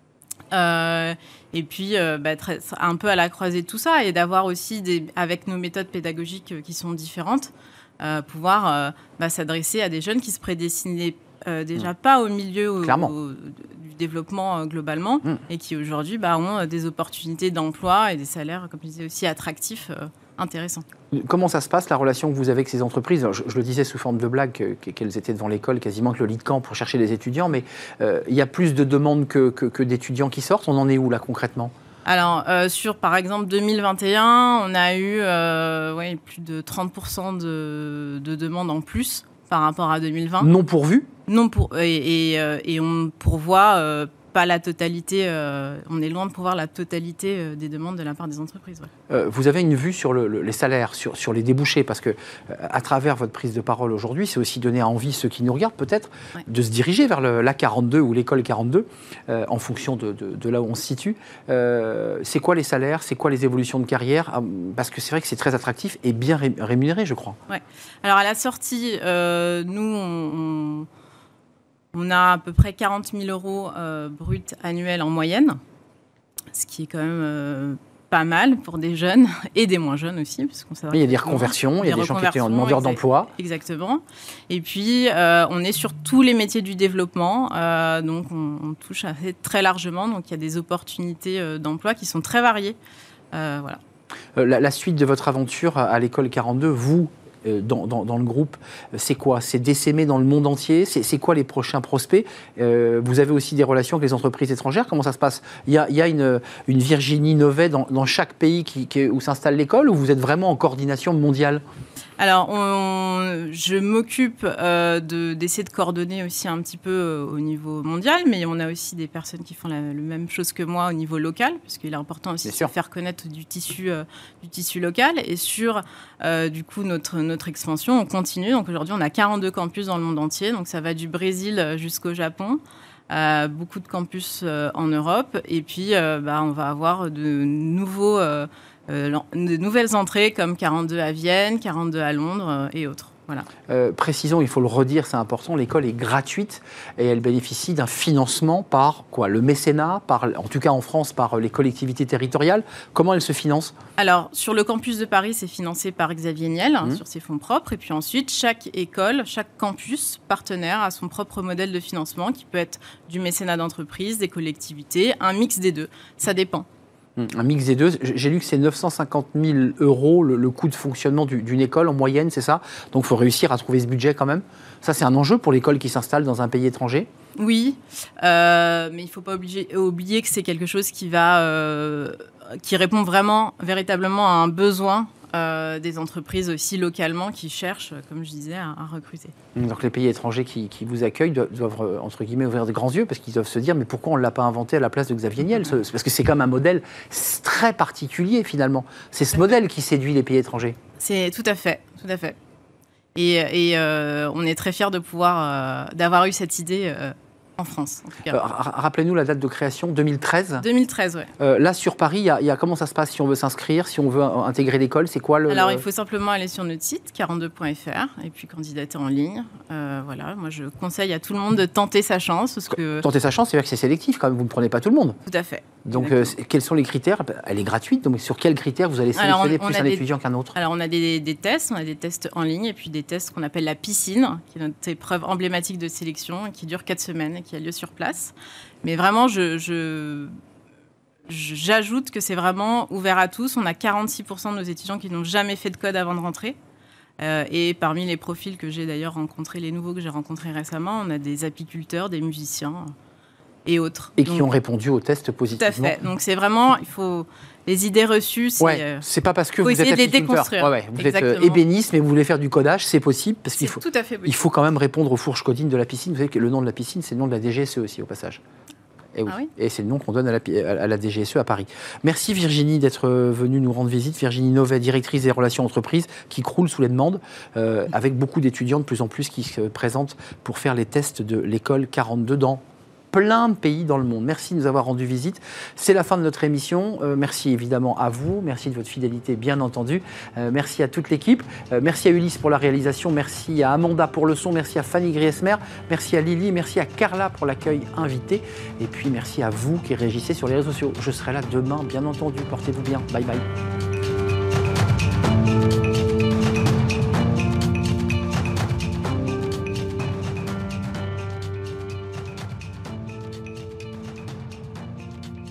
Euh, et puis, euh, bah, très, un peu à la croisée de tout ça, et d'avoir aussi, des, avec nos méthodes pédagogiques qui sont différentes, euh, pouvoir euh, bah, s'adresser à des jeunes qui se prédestinaient euh, déjà mmh. pas au milieu au, au, du développement euh, globalement, mmh. et qui aujourd'hui bah, ont des opportunités d'emploi et des salaires, comme je disais, aussi attractifs. Euh, Intéressant. Comment ça se passe, la relation que vous avez avec ces entreprises? Alors, je, je le disais sous forme de blague, que, qu'elles étaient devant l'école quasiment que le lit de camp pour chercher les étudiants, mais euh, il y a plus de demandes que, que, que d'étudiants qui sortent. On en est où là concrètement? Alors, euh, sur par exemple deux mille vingt et un, on a eu euh, ouais, plus de trente pour cent de, de demandes en plus par rapport à deux mille vingt. Non pourvues? Non pour, et, et, et on pourvoit... Euh, pas la totalité, euh, on est loin de pouvoir la totalité euh, des demandes de la part des entreprises. Ouais. Euh, vous avez une vue sur le, le, les salaires, sur, sur les débouchés, parce que euh, à travers votre prise de parole aujourd'hui, c'est aussi donner envie ceux qui nous regardent peut-être ouais. de se diriger vers le, l'A quarante-deux ou l'école quarante-deux, euh, en fonction de, de, de là où on se situe. Euh, c'est quoi les salaires, c'est quoi les évolutions de carrière? Parce que c'est vrai que c'est très attractif et bien ré, rémunéré, je crois. Ouais. Alors à la sortie, euh, nous, on, on On a à peu près quarante mille euros euh, bruts annuels en moyenne, ce qui est quand même euh, pas mal pour des jeunes et des moins jeunes aussi. Parce qu'on il y a des reconversions, il y a des gens qui étaient en demandeur exact, d'emploi. Exactement. Et puis, euh, on est sur tous les métiers du développement, euh, donc on, on touche assez, très largement. Donc il y a des opportunités euh, d'emploi qui sont très variées. Euh, voilà. Euh, la, la suite de votre aventure à, à l'école quarante-deux, vous Dans, dans, dans le groupe, c'est quoi? C'est d'essaimer dans le monde entier? C'est, c'est quoi les prochains prospects? euh, Vous avez aussi des relations avec les entreprises étrangères? Comment ça se passe? Il y a, il y a une, une Virginie Novet dans, dans chaque pays qui, qui, où s'installe l'école, ou vous êtes vraiment en coordination mondiale? Alors, on, je m'occupe euh, de, d'essayer de coordonner aussi un petit peu euh, au niveau mondial, mais on a aussi des personnes qui font la, la même chose que moi au niveau local, parce qu'il est important aussi de faire connaître du tissu, euh, du tissu local. Et sur, euh, du coup, notre, notre expansion, on continue. Donc aujourd'hui, on a quarante-deux campus dans le monde entier, donc ça va du Brésil jusqu'au Japon. Euh, beaucoup de campus euh, en Europe. Et puis, euh, bah, on va avoir de nouveaux... Euh, Euh, de nouvelles entrées comme quarante-deux à Vienne, quarante-deux à Londres euh, et autres. Voilà. Euh, précisons, il faut le redire, c'est important, l'école est gratuite et elle bénéficie d'un financement par quoi? Le mécénat, par, en tout cas en France, par les collectivités territoriales. Comment elle se finance? Alors, sur le campus de Paris, c'est financé par Xavier Niel, hein, mmh. sur ses fonds propres. Et puis ensuite, chaque école, chaque campus partenaire a son propre modèle de financement qui peut être du mécénat d'entreprise, des collectivités, un mix des deux. Ça dépend. Un mix des deux. J'ai lu que c'est neuf cent cinquante mille euros le, le coût de fonctionnement du, d'une école en moyenne, c'est ça? Donc il faut réussir à trouver ce budget quand même. Ça, c'est un enjeu pour l'école qui s'installe dans un pays étranger? Oui, euh, mais il ne faut pas obliger, oublier que c'est quelque chose qui, va, euh, qui répond vraiment, véritablement à un besoin Euh, des entreprises aussi localement qui cherchent, comme je disais, à, à recruter. Donc les pays étrangers qui, qui vous accueillent doivent, doivent, entre guillemets, ouvrir de grands yeux, parce qu'ils doivent se dire, mais pourquoi on ne l'a pas inventé à la place de Xavier Niel? mm-hmm. Parce que c'est comme un modèle très particulier, finalement. C'est ce modèle qui séduit les pays étrangers. C'est tout à fait, tout à fait. Et, et euh, on est très fiers de pouvoir, euh, d'avoir eu cette idée euh, en France, en tout cas. Euh, rappelez-nous la date de création, deux mille treize. deux mille treize, oui. Euh, là, sur Paris, y a, y a, comment ça se passe si on veut s'inscrire, si on veut intégrer l'école? C'est quoi le... Alors, il faut simplement aller sur notre site, quarante-deux point f r, et puis candidater en ligne. Euh, voilà, moi, je conseille à tout le monde de tenter sa chance. Parce que... Tenter sa chance, c'est-à-dire que c'est sélectif, quand même. Vous ne prenez pas tout le monde. Tout à fait. Donc, euh, quels sont les critères? Elle est gratuite, donc sur quels critères vous allez sélectionner alors, on, on plus un des... étudiant qu'un autre? Alors, on a des, des tests, on a des tests en ligne, et puis des tests qu'on appelle la piscine, qui est notre épreuve emblématique de sélection, et qui dure quatre semaines, et qui a lieu sur place. Mais vraiment, je, je, j'ajoute que c'est vraiment ouvert à tous. On a quarante-six pour cent de nos étudiants qui n'ont jamais fait de code avant de rentrer. Euh, et parmi les profils que j'ai d'ailleurs rencontrés, les nouveaux que j'ai rencontrés récemment, on a des apiculteurs, des musiciens et autres. Et qui Donc, ont répondu au test positivement. Tout à fait. Donc c'est vraiment, il faut... Les idées reçues, c'est... Ouais, euh, c'est pas parce que vous êtes apiculteur. Ouais, ouais, vous Exactement. êtes euh, ébéniste, mais vous voulez faire du codage, c'est possible. Parce c'est qu'il faut, tout à fait possible. Il faut quand même répondre aux fourches codines de la piscine. Vous savez que le nom de la piscine, c'est le nom de la D G S E aussi, au passage. Et, oui. Ah oui. Et c'est le nom qu'on donne à la, à la D G S E à Paris. Merci Virginie d'être venue nous rendre visite. Virginie Novet, directrice des relations entreprises, qui croule sous les demandes, euh, avec beaucoup d'étudiants de plus en plus qui se présentent pour faire les tests de l'école quarante-deux dans plein de pays dans le monde. Merci de nous avoir rendu visite. C'est la fin de notre émission. Euh, merci évidemment à vous. Merci de votre fidélité, bien entendu. Euh, merci à toute l'équipe. Euh, merci à Ulysse pour la réalisation. Merci à Amanda pour le son. Merci à Fanny Griesmer. Merci à Lily. Merci à Carla pour l'accueil invité. Et puis merci à vous qui réagissez sur les réseaux sociaux. Je serai là demain, bien entendu. Portez-vous bien. Bye bye.